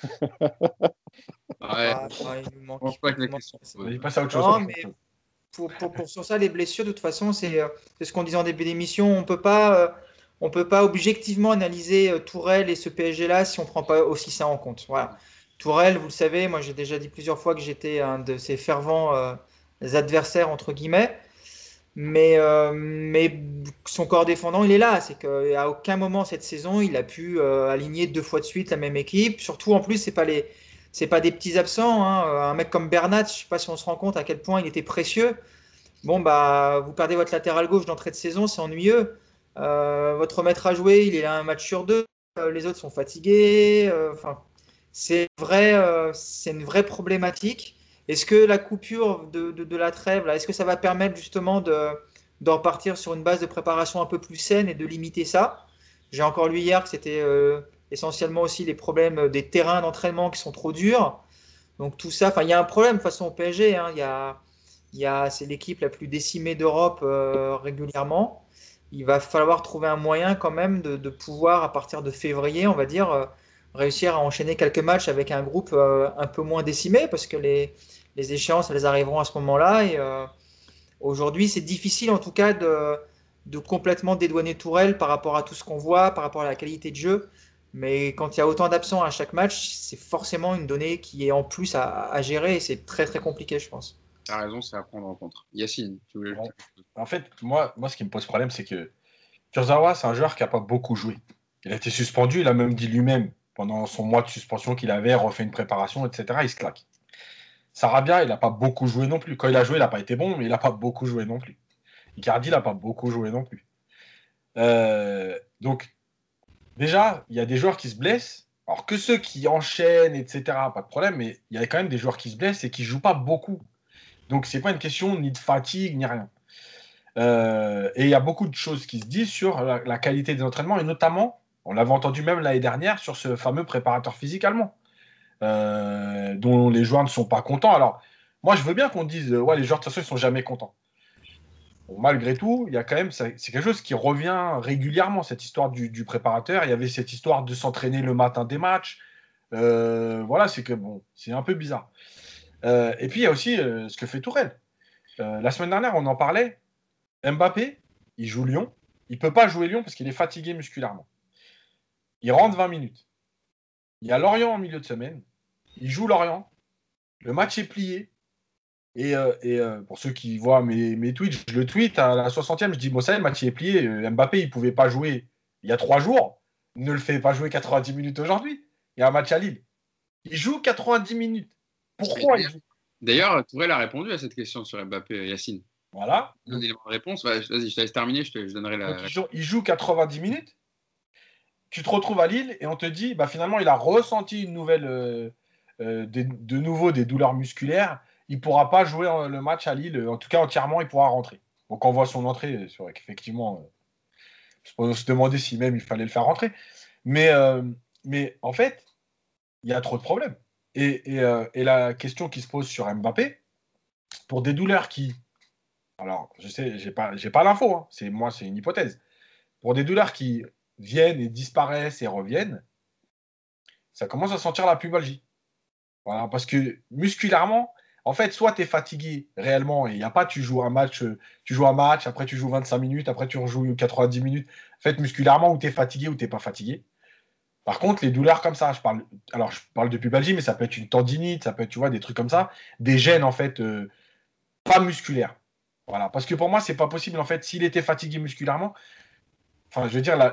Ouais. Il nous manque. Je pense pas que la question. Il passe à autre chose. Non, mais sur ça, les blessures, de toute façon, c'est ce qu'on disait en début d'émission. On peut pas objectivement analyser Tourelle et ce PSG-là si on prend pas aussi ça en compte. Voilà. Tourelle, vous le savez, moi j'ai déjà dit plusieurs fois que j'étais un de ses fervents adversaires, entre guillemets. Mais son corps défendant, il est là. C'est qu'à aucun moment cette saison, il a pu aligner 2 fois de suite la même équipe. Surtout, en plus, c'est pas des petits absents. Hein. Un mec comme Bernat, je sais pas si on se rend compte à quel point il était précieux. Bon, bah, vous perdez votre latéral gauche d'entrée de saison, c'est ennuyeux. Votre maître à jouer, il est là un match sur 2. Les autres sont fatigués. Enfin, c'est une vraie problématique. Est-ce que la coupure de la trêve, là, est-ce que ça va permettre justement de repartir sur une base de préparation un peu plus saine et de limiter ça? J'ai encore lu hier que c'était essentiellement aussi les problèmes des terrains d'entraînement qui sont trop durs. Donc tout ça, enfin, il y a un problème de toute façon au PSG. Hein, c'est l'équipe la plus décimée d'Europe régulièrement. Il va falloir trouver un moyen quand même de pouvoir, à partir de février, on va dire, réussir à enchaîner quelques matchs avec un groupe un peu moins décimé parce que les échéances, elles arriveront à ce moment-là. Et aujourd'hui, c'est difficile en tout cas de complètement dédouaner Tourelle par rapport à tout ce qu'on voit, par rapport à la qualité de jeu. Mais quand il y a autant d'absents à chaque match, c'est forcément une donnée qui est en plus à gérer et c'est très très compliqué, je pense. T'as raison, c'est à prendre en compte. Yacine, tu voulais ajouter quelque chose? En fait, moi, ce qui me pose problème, c'est que Kurzawa, c'est un joueur qui n'a pas beaucoup joué. Il a été suspendu, il a même dit lui-même, pendant son mois de suspension qu'il avait, refait une préparation, etc., il se claque. Sarabia, il n'a pas beaucoup joué non plus. Quand il a joué, il n'a pas été bon, mais il n'a pas beaucoup joué non plus. Icardi, il n'a pas beaucoup joué non plus. Donc, déjà, il y a des joueurs qui se blessent. Alors que ceux qui enchaînent, etc., pas de problème, mais il y a quand même des joueurs qui se blessent et qui ne jouent pas beaucoup. Donc, ce n'est pas une question ni de fatigue, ni rien. Et il y a beaucoup de choses qui se disent sur la qualité des entraînements, et notamment, on l'avait entendu même l'année dernière, sur ce fameux préparateur physique allemand, dont les joueurs ne sont pas contents. Alors, moi, je veux bien qu'on dise, ouais, les joueurs, de toute façon, ils ne sont jamais contents. Bon, malgré tout, il y a quand même, c'est quelque chose qui revient régulièrement, cette histoire du préparateur. Il y avait cette histoire de s'entraîner le matin des matchs. Voilà, c'est que bon, c'est un peu bizarre. Et puis, il y a aussi ce que fait Tourelle. La semaine dernière, on en parlait. Mbappé, il joue Lyon. Il ne peut pas jouer Lyon parce qu'il est fatigué musculairement. Il rentre 20 minutes. Il y a Lorient en milieu de semaine. Il joue Lorient. Le match est plié. Et pour ceux qui voient mes tweets, je le tweet à la 60e. Je dis, bon, ça, le match est plié. Mbappé, il ne pouvait pas jouer il y a 3 jours. ne le fait pas jouer 90 minutes aujourd'hui. Il y a un match à Lille. Il joue 90 minutes. Pourquoi il joue? D'ailleurs, Tourelle a répondu à cette question sur Mbappé, Yacine. Voilà. Un élément de réponse. Vas-y, je te laisse terminer, je donnerai la. Donc, il joue 90 minutes. Tu te retrouves à Lille et on te dit, bah, finalement, il a ressenti une nouvelle, de nouveau des douleurs musculaires. Il ne pourra pas jouer le match à Lille. En tout cas, entièrement, il pourra rentrer. Donc, on voit son entrée. C'est vrai qu'effectivement, on se demandait si même il fallait le faire rentrer. Mais en fait, il y a trop de problèmes. Et la question qui se pose sur Mbappé, pour des douleurs qui... Alors, je sais, j'ai pas l'info, hein. C'est une hypothèse. Pour des douleurs qui viennent et disparaissent et reviennent, ça commence à sentir la pubalgie. Voilà, parce que musculairement, en fait, soit tu es fatigué réellement et il n'y a pas, tu joues un match, après tu joues 25 minutes, après tu rejoues 90 minutes. En fait, musculairement, ou tu es fatigué ou tu n'es pas fatigué. Par contre, les douleurs comme ça, je parle de pubalgie, mais ça peut être une tendinite, ça peut être, tu vois, des trucs comme ça, des gènes, en fait, pas musculaires. Voilà, parce que pour moi, c'est pas possible, en fait, s'il était fatigué musculairement, enfin, je veux dire,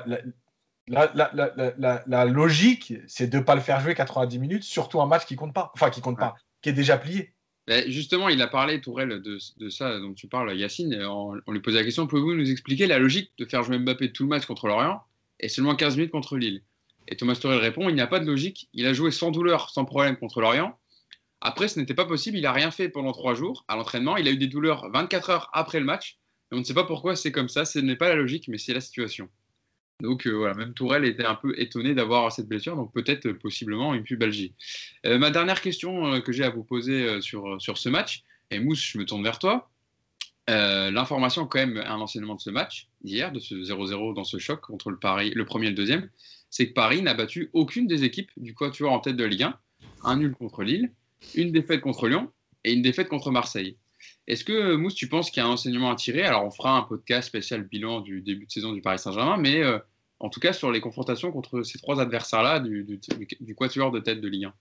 la logique, c'est de ne pas le faire jouer 90 minutes, surtout un match qui compte pas, qui est déjà plié. Justement, il a parlé, Tourelle, de ça dont tu parles, Yacine. On lui posait la question, pouvez-vous nous expliquer la logique de faire jouer Mbappé tout le match contre Lorient et seulement 15 minutes contre Lille? Et Thomas Tuchel répond, il n'y a pas de logique. Il a joué sans douleur, sans problème contre Lorient. Après, ce n'était pas possible. Il n'a rien fait pendant 3 jours à l'entraînement. Il a eu des douleurs 24 heures après le match. Et on ne sait pas pourquoi c'est comme ça. Ce n'est pas la logique, mais c'est la situation. Donc voilà, même Tourelle était un peu étonné d'avoir cette blessure, donc peut-être possiblement une pubalgie. Ma dernière question que j'ai à vous poser sur ce match, et Mousse, je me tourne vers toi. L'information, quand même, un enseignement de ce match, d'hier, de ce 0-0 dans ce choc contre le Paris, le premier et le deuxième, c'est que Paris n'a battu aucune des équipes du quatuor en tête de Ligue 1. Un nul contre Lille, une défaite contre Lyon et une défaite contre Marseille. Est-ce que, Mousse, tu penses qu'il y a un enseignement à tirer? Alors, on fera un podcast spécial bilan du début de saison du Paris Saint-Germain, mais en tout cas sur les confrontations contre ces 3 adversaires-là du quatuor de tête de Ligue 1.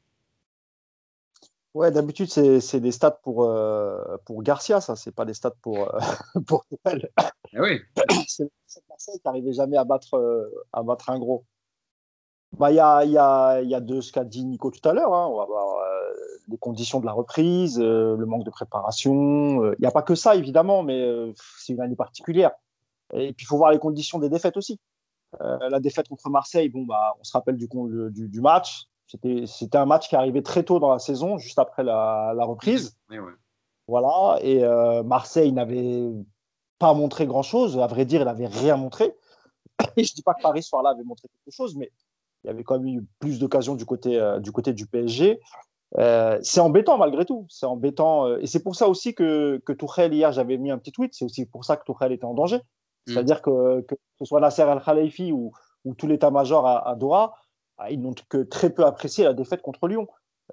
Ouais, d'habitude, c'est des stats pour Garcia, ça. C'est pas des stats pour Tourelle. Ah oui. C'est Marseille qui n'arrivait jamais à battre un gros. Bah, il y a de ce qu'a dit Nico tout à l'heure. Hein. On va voir les conditions de la reprise, le manque de préparation. Il n'y a pas que ça, évidemment, mais c'est une année particulière. Et puis, il faut voir les conditions des défaites aussi. La défaite contre Marseille, bon, bah, on se rappelle du match. C'était un match qui arrivait très tôt dans la saison, juste après la reprise. Ouais. Voilà. Et Marseille n'avait pas montré grand-chose. À vrai dire, il n'avait rien montré. Et je ne dis pas que Paris, ce soir-là, avait montré quelque chose, mais il y avait quand même eu plus d'occasions du côté du PSG. C'est embêtant malgré tout. C'est embêtant. Et c'est pour ça aussi que Tuchel, hier, j'avais mis un petit tweet. C'est aussi pour ça que Tuchel était en danger. C'est-à-dire que ce soit Nasser Al-Khelaifi ou tout l'état-major à Doha, ils n'ont que très peu apprécié la défaite contre Lyon.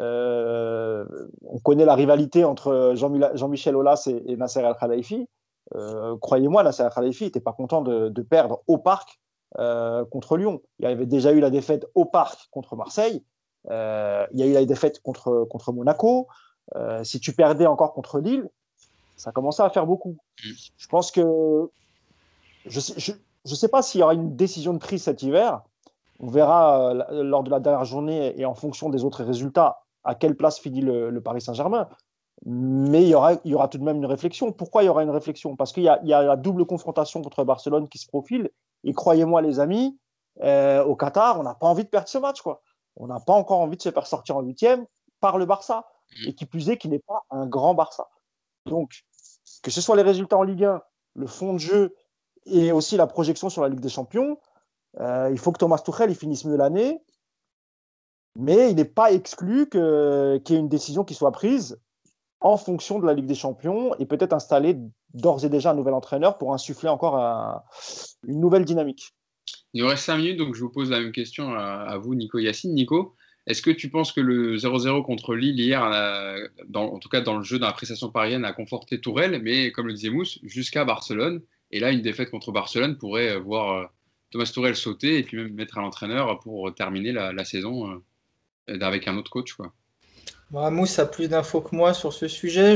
On connaît la rivalité entre Jean-Michel Aulas et Nasser Al-Khelaifi. Croyez-moi, Nasser Al-Khelaifi n'était pas content de perdre au Parc contre Lyon. Il y avait déjà eu la défaite au Parc contre Marseille. Il y a eu la défaite contre Monaco. Si tu perdais encore contre Lille, ça commençait à faire beaucoup. Je pense que je sais pas s'il y aura une décision de prise cet hiver. On verra lors de la dernière journée et en fonction des autres résultats à quelle place finit le Paris Saint-Germain. Mais il y aura tout de même une réflexion. Pourquoi il y aura une réflexion? Parce qu'il y a la double confrontation contre Barcelone qui se profile. Et croyez-moi, les amis, au Qatar, on n'a pas envie de perdre ce match, quoi. On n'a pas encore envie de se faire sortir en 8e par le Barça. Et qui plus est, qui n'est pas un grand Barça. Donc, que ce soit les résultats en Ligue 1, le fond de jeu et aussi la projection sur la Ligue des Champions, il faut que Thomas Tuchel il finisse mieux l'année. Mais il n'est pas exclu qu'il y ait une décision qui soit prise en fonction de la Ligue des Champions et peut-être installer d'ores et déjà un nouvel entraîneur pour insuffler encore une nouvelle dynamique. Il nous reste 5 minutes, donc je vous pose la même question à vous, Nico Yacine. Nico, est-ce que tu penses que le 0-0 contre Lille hier, en tout cas dans le jeu, dans la prestation parisienne, a conforté Tourelle, mais comme le disait Mousse, jusqu'à Barcelone. Et là, une défaite contre Barcelone pourrait voir Thomas Tuchel sauter et puis même mettre un entraîneur pour terminer la saison avec un autre coach, quoi. Bon, Mousse a plus d'infos que moi sur ce sujet.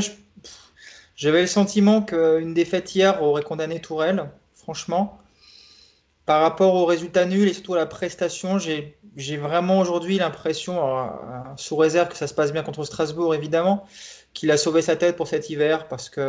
J'avais le sentiment qu'une défaite hier aurait condamné Tourelle, franchement. par rapport aux résultats nuls et surtout à la prestation, j'ai vraiment aujourd'hui l'impression, sous réserve que ça se passe bien contre Strasbourg évidemment, qu'il a sauvé sa tête pour cet hiver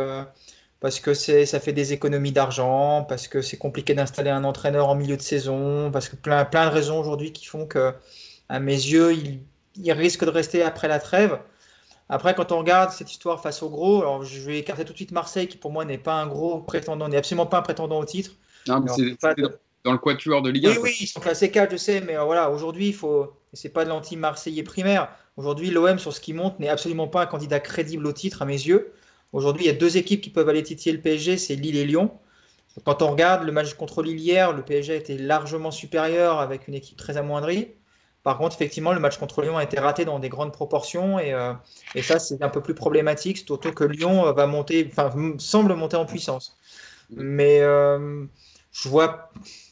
parce que ça fait des économies d'argent, parce que c'est compliqué d'installer un entraîneur en milieu de saison, parce que plein de raisons aujourd'hui qui font que, à mes yeux, il risque de rester après la trêve. Après, quand on regarde cette histoire face au gros, alors je vais écarter tout de suite Marseille, qui pour moi n'est pas un gros prétendant, n'est absolument pas un prétendant au titre. Non, mais Alors, c'était dans le quatuor de Ligue 1. oui, oui, ils sont classés 4, je sais, mais voilà, aujourd'hui, il faut. C'est pas de l'anti-marseillais primaire. Aujourd'hui, l'OM, sur ce qui monte, n'est absolument pas un candidat crédible au titre, à mes yeux. Aujourd'hui, il y a deux équipes qui peuvent aller titiller le PSG, c'est Lille et Lyon. Quand on regarde le match contre Lille hier, le PSG était largement supérieur avec une équipe très amoindrie. Par contre, effectivement, le match contre Lyon a été raté dans des grandes proportions et ça, c'est un peu plus problématique, surtout que Lyon va monter, enfin, semble monter en puissance. Mais je vois.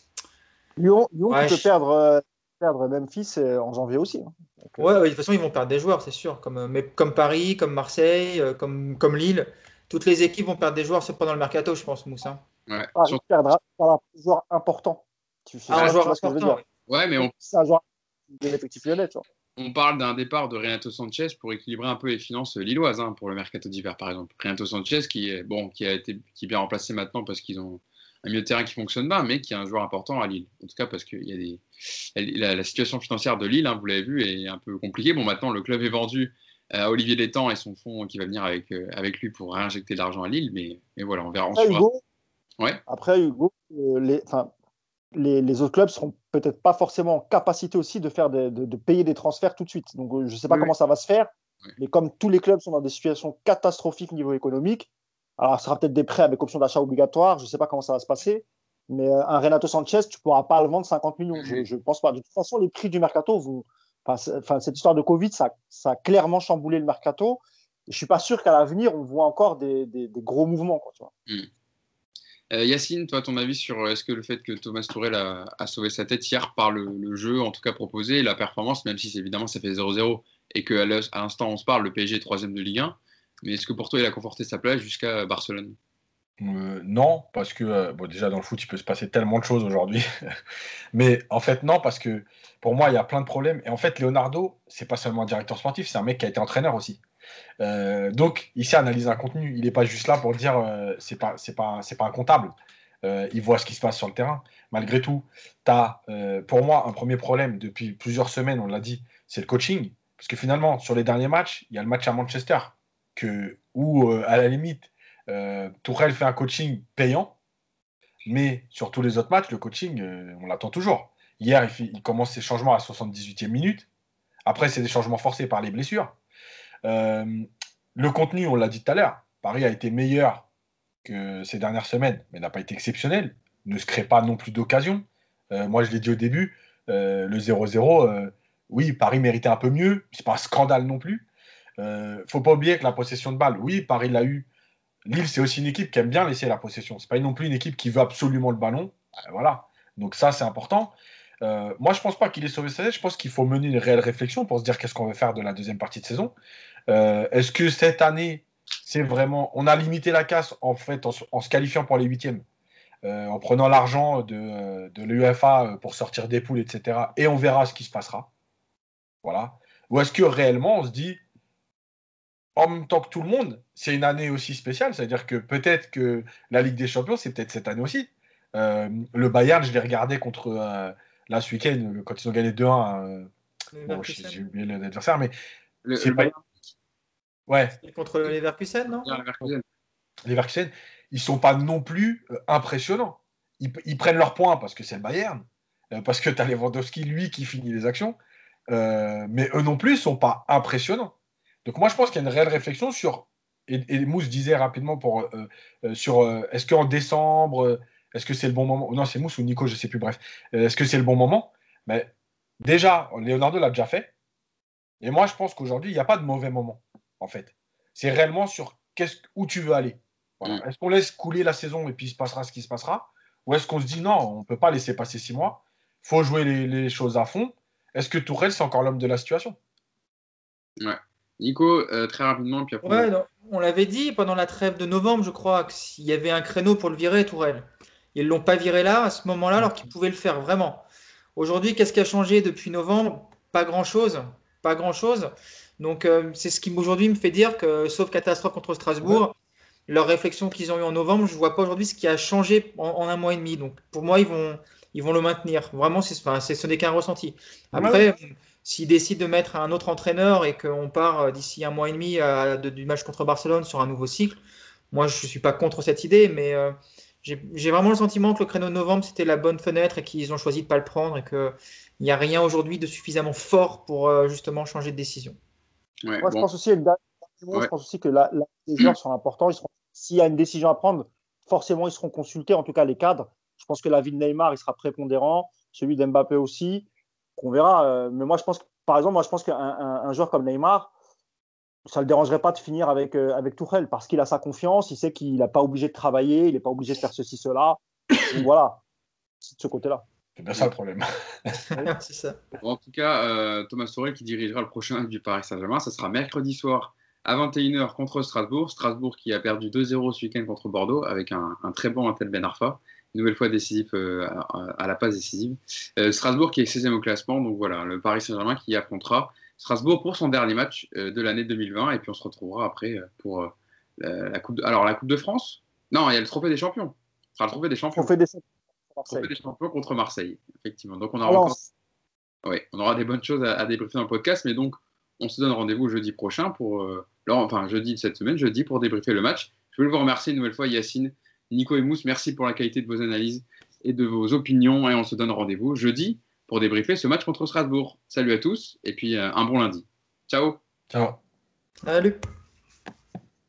Lyon Ouais, qui peut perdre Memphis en janvier aussi. Hein. Donc, ouais, de toute façon, ils vont perdre des joueurs, c'est sûr. Mais comme Paris, comme Marseille, comme Lille, toutes les équipes vont perdre des joueurs, c'est pendant le mercato, je pense, Moussa. Ouais. Paris perdra un joueur important. Un joueur Tu vois ce que je veux important. dire. Ouais, mais C'est un joueur de l'effectif lyonnais. Tu vois. on parle d'un départ de Renato Sanchez pour équilibrer un peu les finances lilloises pour le mercato d'hiver, par exemple. Renato Sanchez qui est bien remplacé maintenant parce qu'ils ont un milieu de terrain qui fonctionne bien, mais qui est un joueur important à Lille. En tout cas, parce que la situation financière de Lille, vous l'avez vu, est un peu compliquée. Bon, maintenant, le club est vendu à Olivier Létang et son fonds qui va venir avec lui pour réinjecter de l'argent à Lille. Mais voilà, on verra. Après, Hugo, les autres clubs seront peut-être pas forcément en capacité aussi de payer des transferts tout de suite. Donc, je ne sais pas comment ça va se faire, mais comme tous les clubs sont dans des situations catastrophiques niveau économique, alors ce sera peut-être des prêts avec option d'achat obligatoire, je ne sais pas comment ça va se passer, mais un Renato Sanchez, tu ne pourras pas le vendre 50 millions. Je ne pense pas. De toute façon, les prix du mercato, cette histoire de Covid, ça a clairement chamboulé le mercato. Et je ne suis pas sûr qu'à l'avenir, on voit encore des gros mouvements. Quoi, tu vois. Yacine, toi, ton avis sur est-ce que le fait que Thomas Tuchel a sauvé sa tête hier par le jeu, en tout cas proposé, et la performance, même si évidemment ça fait 0-0 et qu'à l'instant on se parle, le PSG est 3e de Ligue 1, mais est-ce que pour toi il a conforté sa place jusqu'à Barcelone? Non, parce que déjà dans le foot, il peut se passer tellement de choses aujourd'hui. Mais en fait, non, parce que pour moi, il y a plein de problèmes. Et en fait, Leonardo, c'est pas seulement un directeur sportif, c'est un mec qui a été entraîneur aussi. Donc, il sait analyser un contenu. Il n'est pas juste là pour dire c'est pas un comptable. Il voit ce qui se passe sur le terrain. Malgré tout, tu as, pour moi, un premier problème depuis plusieurs semaines, on l'a dit, c'est le coaching. Parce que finalement, sur les derniers matchs, il y a le match à Manchester, où, à la limite, Tourelle fait un coaching payant, mais sur tous les autres matchs, le coaching, on l'attend toujours. Hier, il commence ses changements à 78e minute. Après, c'est des changements forcés par les blessures. Le contenu, on l'a dit tout à l'heure, Paris a été meilleur que ces dernières semaines, mais n'a pas été exceptionnel. Ne se crée pas non plus d'occasion. Moi, je l'ai dit au début, le 0-0, oui, Paris méritait un peu mieux. C'est pas un scandale non plus. Faut pas oublier que la possession de balle, oui, Paris l'a eu. Lille, c'est aussi une équipe qui aime bien laisser la possession. C'est pas non plus une équipe qui veut absolument le ballon. Voilà. Donc ça, c'est important. Moi, je pense pas qu'il ait sauvé sa tête. Je pense qu'il faut mener une réelle réflexion pour se dire qu'est-ce qu'on veut faire de la deuxième partie de saison. Est-ce que cette année, c'est vraiment... On a limité la casse en fait en se qualifiant pour les huitièmes, en prenant l'argent de l'UEFA pour sortir des poules, etc. Et on verra ce qui se passera. Voilà. Ou est-ce que réellement, on se dit, en même temps que tout le monde, c'est une année aussi spéciale. C'est-à-dire que peut-être que la Ligue des Champions, c'est peut-être cette année aussi. Le Bayern, je l'ai regardé contre là ce week-end, quand ils ont gagné 2-1. Bon, j'ai oublié l'adversaire, mais le Bayern. Ouais. Contre les Leverkusen, non? Les Leverkusen, ils sont pas non plus impressionnants. Ils prennent leurs points parce que c'est le Bayern, parce que tu as Lewandowski, lui, qui finit les actions. Mais eux non plus sont pas impressionnants. Donc moi, je pense qu'il y a une réelle réflexion sur, et Mousse disait rapidement sur est-ce qu'en décembre, est-ce que c'est le bon moment? Non, c'est Mousse ou Nico, je sais plus, bref. Est-ce que c'est le bon moment? Mais déjà, Leonardo l'a déjà fait. Et moi, je pense qu'aujourd'hui, il n'y a pas de mauvais moment, en fait. C'est réellement sur où tu veux aller. Voilà. Est-ce qu'on laisse couler la saison et puis il se passera ce qui se passera? Ou est-ce qu'on se dit non, on ne peut pas laisser passer 6 mois, il faut jouer les choses à fond? Est-ce que Tourelle, c'est encore l'homme de la situation? Ouais. Nico, très rapidement, puis après. Ouais, non, on l'avait dit pendant la trêve de novembre, je crois, qu'il y avait un créneau pour le virer, Tourelle. Ils ne l'ont pas viré là, à ce moment-là, alors qu'ils pouvaient le faire vraiment. Aujourd'hui, qu'est-ce qui a changé depuis novembre? Pas grand-chose. Pas grand-chose. Donc, c'est ce qui aujourd'hui me fait dire que, sauf catastrophe contre Strasbourg, leur réflexion qu'ils ont eue en novembre, je ne vois pas aujourd'hui ce qui a changé en un mois et demi. Donc, pour moi, ils vont le maintenir. Vraiment, ce n'est qu'un ressenti. Après, s'ils décident de mettre un autre entraîneur et qu'on part d'ici un mois et demi du match contre Barcelone sur un nouveau cycle, moi, je ne suis pas contre cette idée, mais j'ai vraiment le sentiment que le créneau de novembre, c'était la bonne fenêtre et qu'ils ont choisi de ne pas le prendre et qu'il n'y a rien aujourd'hui de suffisamment fort pour justement changer de décision. Ouais, moi, je pense aussi, je pense aussi que les joueurs sont importants. S'il y a une décision à prendre, forcément, ils seront consultés, en tout cas les cadres. Je pense que l'avis de Neymar, il sera prépondérant, celui d'Mbappé aussi. On verra. Mais moi, je pense que, par exemple, qu'un joueur comme Neymar, ça ne le dérangerait pas de finir avec Tuchel parce qu'il a sa confiance, il sait qu'il n'est pas obligé de travailler, il n'est pas obligé de faire ceci, cela. Donc voilà, c'est de ce côté-là. C'est bien ça le problème. C'est ça. En tout cas, Thomas Tuchel qui dirigera le prochain match du Paris Saint-Germain, ça sera mercredi soir à 21h contre Strasbourg. Strasbourg qui a perdu 2-0 ce week-end contre Bordeaux avec un très bon Antel Ben Arfa, une nouvelle fois décisif à la passe décisive. Strasbourg qui est 16e au classement, donc voilà, le Paris Saint-Germain qui affrontera Strasbourg pour son dernier match de l'année 2020, et puis on se retrouvera après pour la Coupe de France. Non, il y a le Trophée des Champions. Ce sera le Trophée des Champions. Trophée des Champions contre Marseille, effectivement. Donc on aura des bonnes choses à débriefer dans le podcast, mais donc on se donne rendez-vous jeudi prochain jeudi de cette semaine, jeudi pour débriefer le match. Je veux vous remercier une nouvelle fois, Yacine, Nico et Mousse. Merci pour la qualité de vos analyses et de vos opinions, et on se donne rendez-vous jeudi pour débriefer ce match contre Strasbourg. Salut à tous, et puis un bon lundi. Ciao. Ciao. Salut.